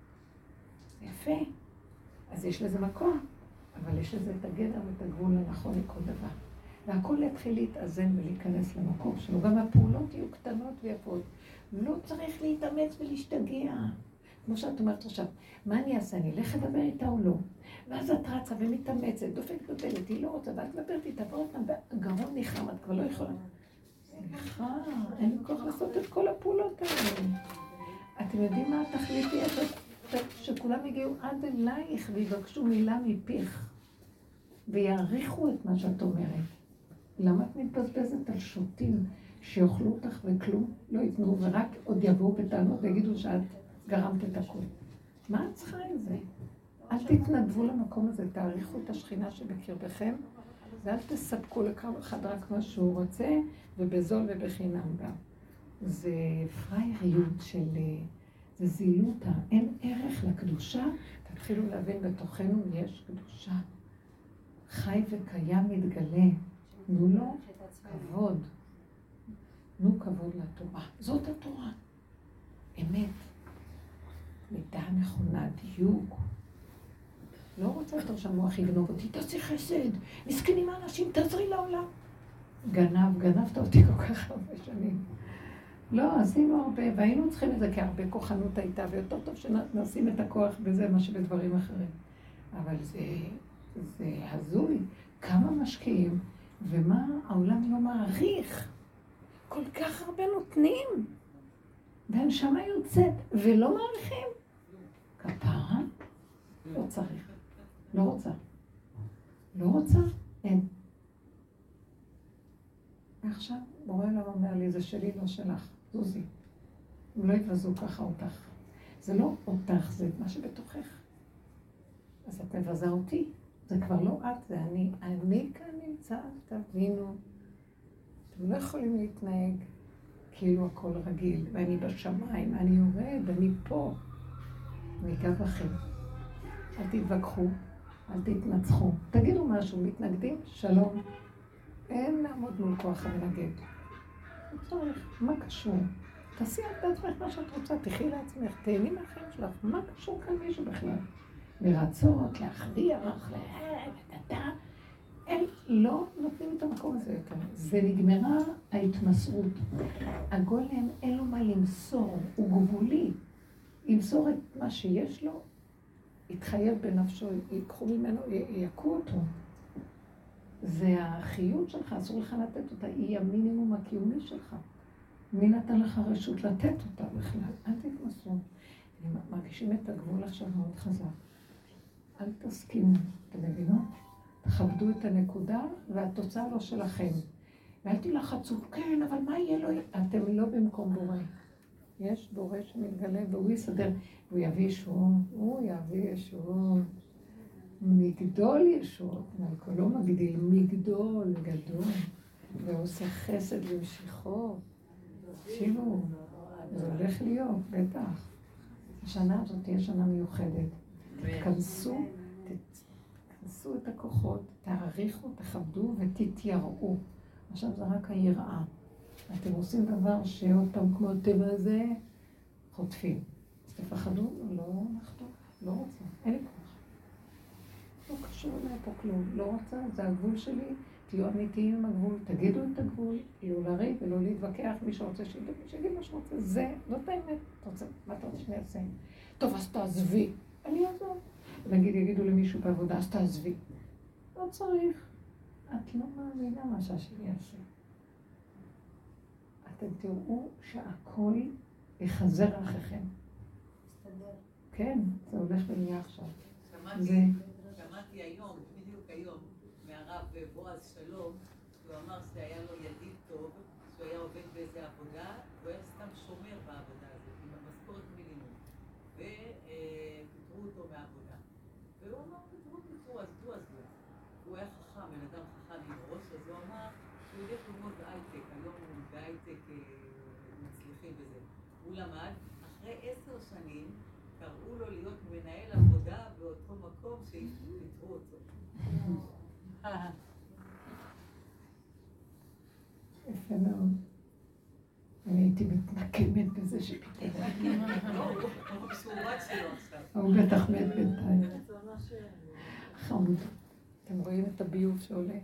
יפה. אז יש לזה מקום, אבל יש לזה את הגדר ואת הגבול הנכון לכל דבר. והכל יתחיל להתאזן ולהיכנס למקום שלו. גם הפעולות יהיו קטנות ויפות. לא צריך להתאמץ ולהשתגע. כמו שאת אומרת עכשיו, מה אני אעשה? אני אלך לדבר איתה או לא? ואז את רצה ומתאמצת, דופקת בדלת, היא לא רוצה, ואת מדברת איתה, ועוד פעם, הגרון נחם, את כבר לא יכולה. סליחה, אין לי כוח לעשות את כל הפעולות האלה. אתם יודעים מה התכלית היא? שכולם יגיעו עד אלייך ויבקשו מילה מפיך, ויעריכו את מה שאת אומרת. למה את מתבזבזת על שוטים שיאכלו אותך וכלום לא ייתנו, ורק עוד יבואו בטענות ויגידו שאת גרמת את הכל? מה את צריכה עם זה? אל תתנדבו למקום הזה, תעריכו את השכינה שבקרבכם, ואל תספקו לכל אחד רק מה שהוא רוצה, ובזול ובחינם גם. זה פרייריות של... זה זילותה, אין ערך לקדושה. תתחילו להבין, בתוכנו יש קדושה. חי וקיים מתגלה. תנו לו כבוד. תנו כבוד לתורה. זאת התורה. אמת. מידה נכונה, דיוק. לא רוצה יותר שהמוח יגנוב אותי, תעשי חסד, מסכנים האנשים, תעזרי לעולם. גנב, גנבת אותי כל כך הרבה שנים. לא, עשינו הרבה, והיינו צריכים את זה, כי הרבה כוחנות הייתה, ויותר טוב שנשים את הכוח בזה, מה שבדברים אחרים. אבל זה, זה הזוי. כמה משקיעים, ומה העולם לא מעריך. כל כך הרבה נותנים. והנשמה יוצאת, ולא מעריכים. כפרה? לא צריך. לא רוצה. לא רוצה? אין. ועכשיו, בורא לא אומר לי, זה שלי, לא שלך. זוזי. אם לא יתבזו ככה אותך. זה לא אותך, זה מה שבתוכך. אז את מבזה אותי. זה כבר לא את, זה אני. אני כאן נמצא, תבינו. אתם לא יכולים להתנהג כאילו הכל רגיל, ואני בשמיים, אני יורד, אני פה. אני אגע בכם. אל תתווכחו, אל תתנצחו. תגידו משהו, מתנגדים? שלום. אין לעמוד מול כוח המנגד. לא צריך, מה קשור? תעשי את בעצמך מה שאת רוצה, תחי לעצמך, תהני מהחיים שלך. מה קשור כאן מישהו בכלל? לרצות, להכריח, להדדה. הם לא נותנים את המקום הזה יותר. זה נגמרה ההתמסרות. הגולם אין לו מה למסור, הוא גבולי. ימסור את מה שיש לו, יתחייב בנפשו, ייקחו ממנו, יקו אותו. זה החיות שלך, אסור לך לתת אותה, היא המינימום הקיומי שלך. מי נתן לך רשות לתת אותה בכלל? אל תתמסרו. מרגישים את הגבול עכשיו מאוד חזק. אל תסכימו, אתם מבינות? תכבדו את הנקודה, והתוצאה לא שלכם. ואל תלחצו, כן, אבל מה יהיה לו? אתם לא במקום בורא. יש בורא שמתגלה, והוא יסדר, הוא יביא ישועות, הוא יביא ישועות. מגדול ישועות, לא מגדיל, מגדול גדול, ועושה חסד ומשיכות. תקשיבו, זה הולך להיות, בטח. השנה הזאת תהיה שנה מיוחדת. תתכנסו, תתכנסו את הכוחות, תעריכו, תכבדו ותתייראו. עכשיו זה רק היראה. אתם עושים דבר שעוד פעם כמו הטבע הזה, חוטפים. אז תפחדו, לא נחטוף, לא רוצה, אין לי כוח. לא קשור אליי פה כלום, לא רוצה, זה הגבול שלי, תהיו אמיתיים עם הגבול, תגידו את הגבול, לא לריב ולא להתווכח, מי שרוצה שיגיד, מי שיגיד מה שרוצה, זה, זאת האמת, אתה רוצה, מה אתה רוצה שאני אעשה? טוב, אז תעזבי, אני אעזוב. נגיד, יגידו למישהו בעבודה, אז תעזבי. לא צריך, את לא מאמינה מה שהשני יעשה. אתם תראו שהכל יחזר אחריכם. כן, זה הולך ונהיה עכשיו. שמעתי היום, בדיוק היום, מהרב בועז שלום, שהוא אמר שהיה לו ידיד טוב, שהוא היה עובד באיזה עבודה, הוא היה סתם שומר בעבודה הזאת, עם המשכורת מינימום. ופיטרו אותו מהעבודה. והוא אמר, פיטרו, פיטרו, עזבו, עזבו. הוא היה חכם, בן אדם חכם עם ראש, אז הוא אמר שהוא ילך ללמוד בהייטק, היום הוא בהייטק מצליחים בזה. הוא למד, אחרי עשר שנים, קראו לו להיות מנהל עבודה באותו מקום שפיטרו אותו. יפה מאוד. אני הייתי מתנקמת בזה שפיטרו. הוא בשורת שלו עכשיו. הוא בטח מת בינתיים. חמוד. אתם רואים את הביוב שעולה?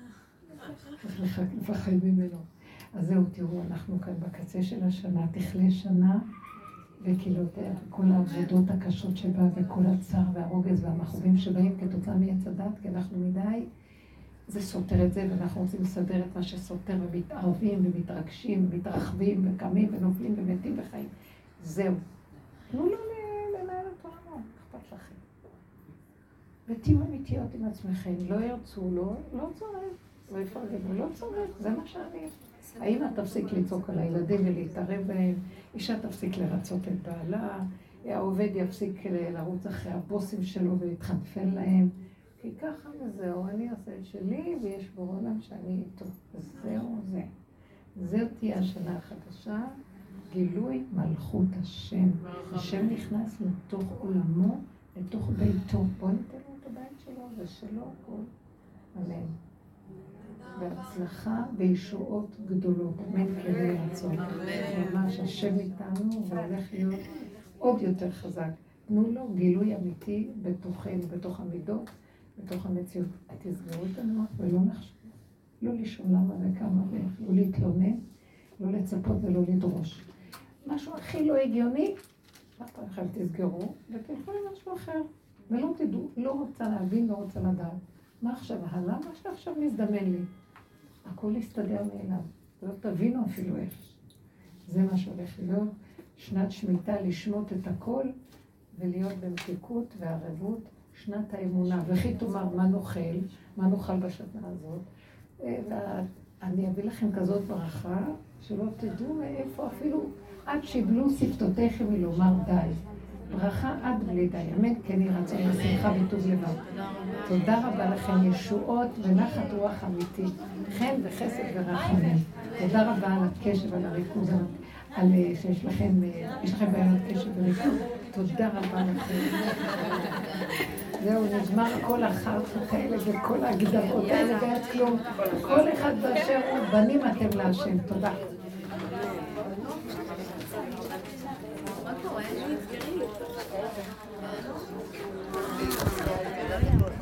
צריך לפחד ממנו. אז זהו, תראו, אנחנו כאן בקצה של השנה, תכלה שנה, וקילותיה, וכל העבודות הקשות שבה, וכל הצער והרוגז והמחובים שבאים כתוצאה מעץ הדת, כי אנחנו מדי, זה סותר את זה, ואנחנו רוצים לסדר את מה שסותר, ומתערבים, ומתרגשים, ומתרחבים, וקמים, ונופלים, ומתים בחיים. זהו. תנו לו לנהל את עולמו, אכפת לכם. ותהיו אמיתיות עם עצמכם, לא ירצו, לא, לא צריך, לא יפרגנו, לא צריך, זה מה שאני. האמא תפסיק לצעוק על הילדים ולהתערב בהם, אישה תפסיק לרצות את בעלה, העובד יפסיק לרוץ אחרי הבוסים שלו ולהתחנפן להם, כי ככה וזהו, אני אעשה את שלי ויש בו עולם שאני איתו. זהו זה. זהו תהיה השנה החדשה, גילוי מלכות השם. השם נכנס לתוך עולמו, לתוך ביתו. בואו ניתן לו את הבית שלו, זה שלו, הכל. אמן. בהצלחה וישועות גדולות. אמן כן יהי רצון. ממש השם איתנו והולך להיות עוד יותר חזק. תנו לו גילוי אמיתי בתוכנו, בתוך המידות, בתוך המציאות. תסגרו את המוח ולא נחשוב. לא לישון למה וכמה ואיך, לא להתלונן, לא לצפות ולא לדרוש. משהו הכי לא הגיוני, אף אחד תסגרו ותלכו למשהו אחר. ולא תדעו, לא רוצה להבין, לא רוצה לדעת. מה עכשיו? הלאה, מה שעכשיו מזדמן לי. הכל יסתדר מאליו. לא תבינו אפילו איך. זה מה שהולך להיות. שנת שמיטה, לשמות את הכל, ולהיות במתיקות וערבות, שנת האמונה. וכי תאמר, מה נאכל? מה נאכל בשנה הזאת? ואני אביא לכם כזאת ברכה, שלא תדעו מאיפה אפילו, עד שיבלו שפתותיכם מלומר די. ברכה עד בלי די. אמן כן יהי רצון לשמחה וטוב לבב. תודה רבה לכם, ישועות ונחת רוח אמיתי, חן וחסד ורחמים. תודה רבה על הקשב ועל הריכוז, על שיש לכם, יש לכם בעיות קשב וריכוז. תודה רבה לכם. זהו, נגמר כל החרטות האלה וכל ההגדרות האלה ואת כלום. כל אחד באשר הוא, בנים אתם להשם. תודה. מה קורה?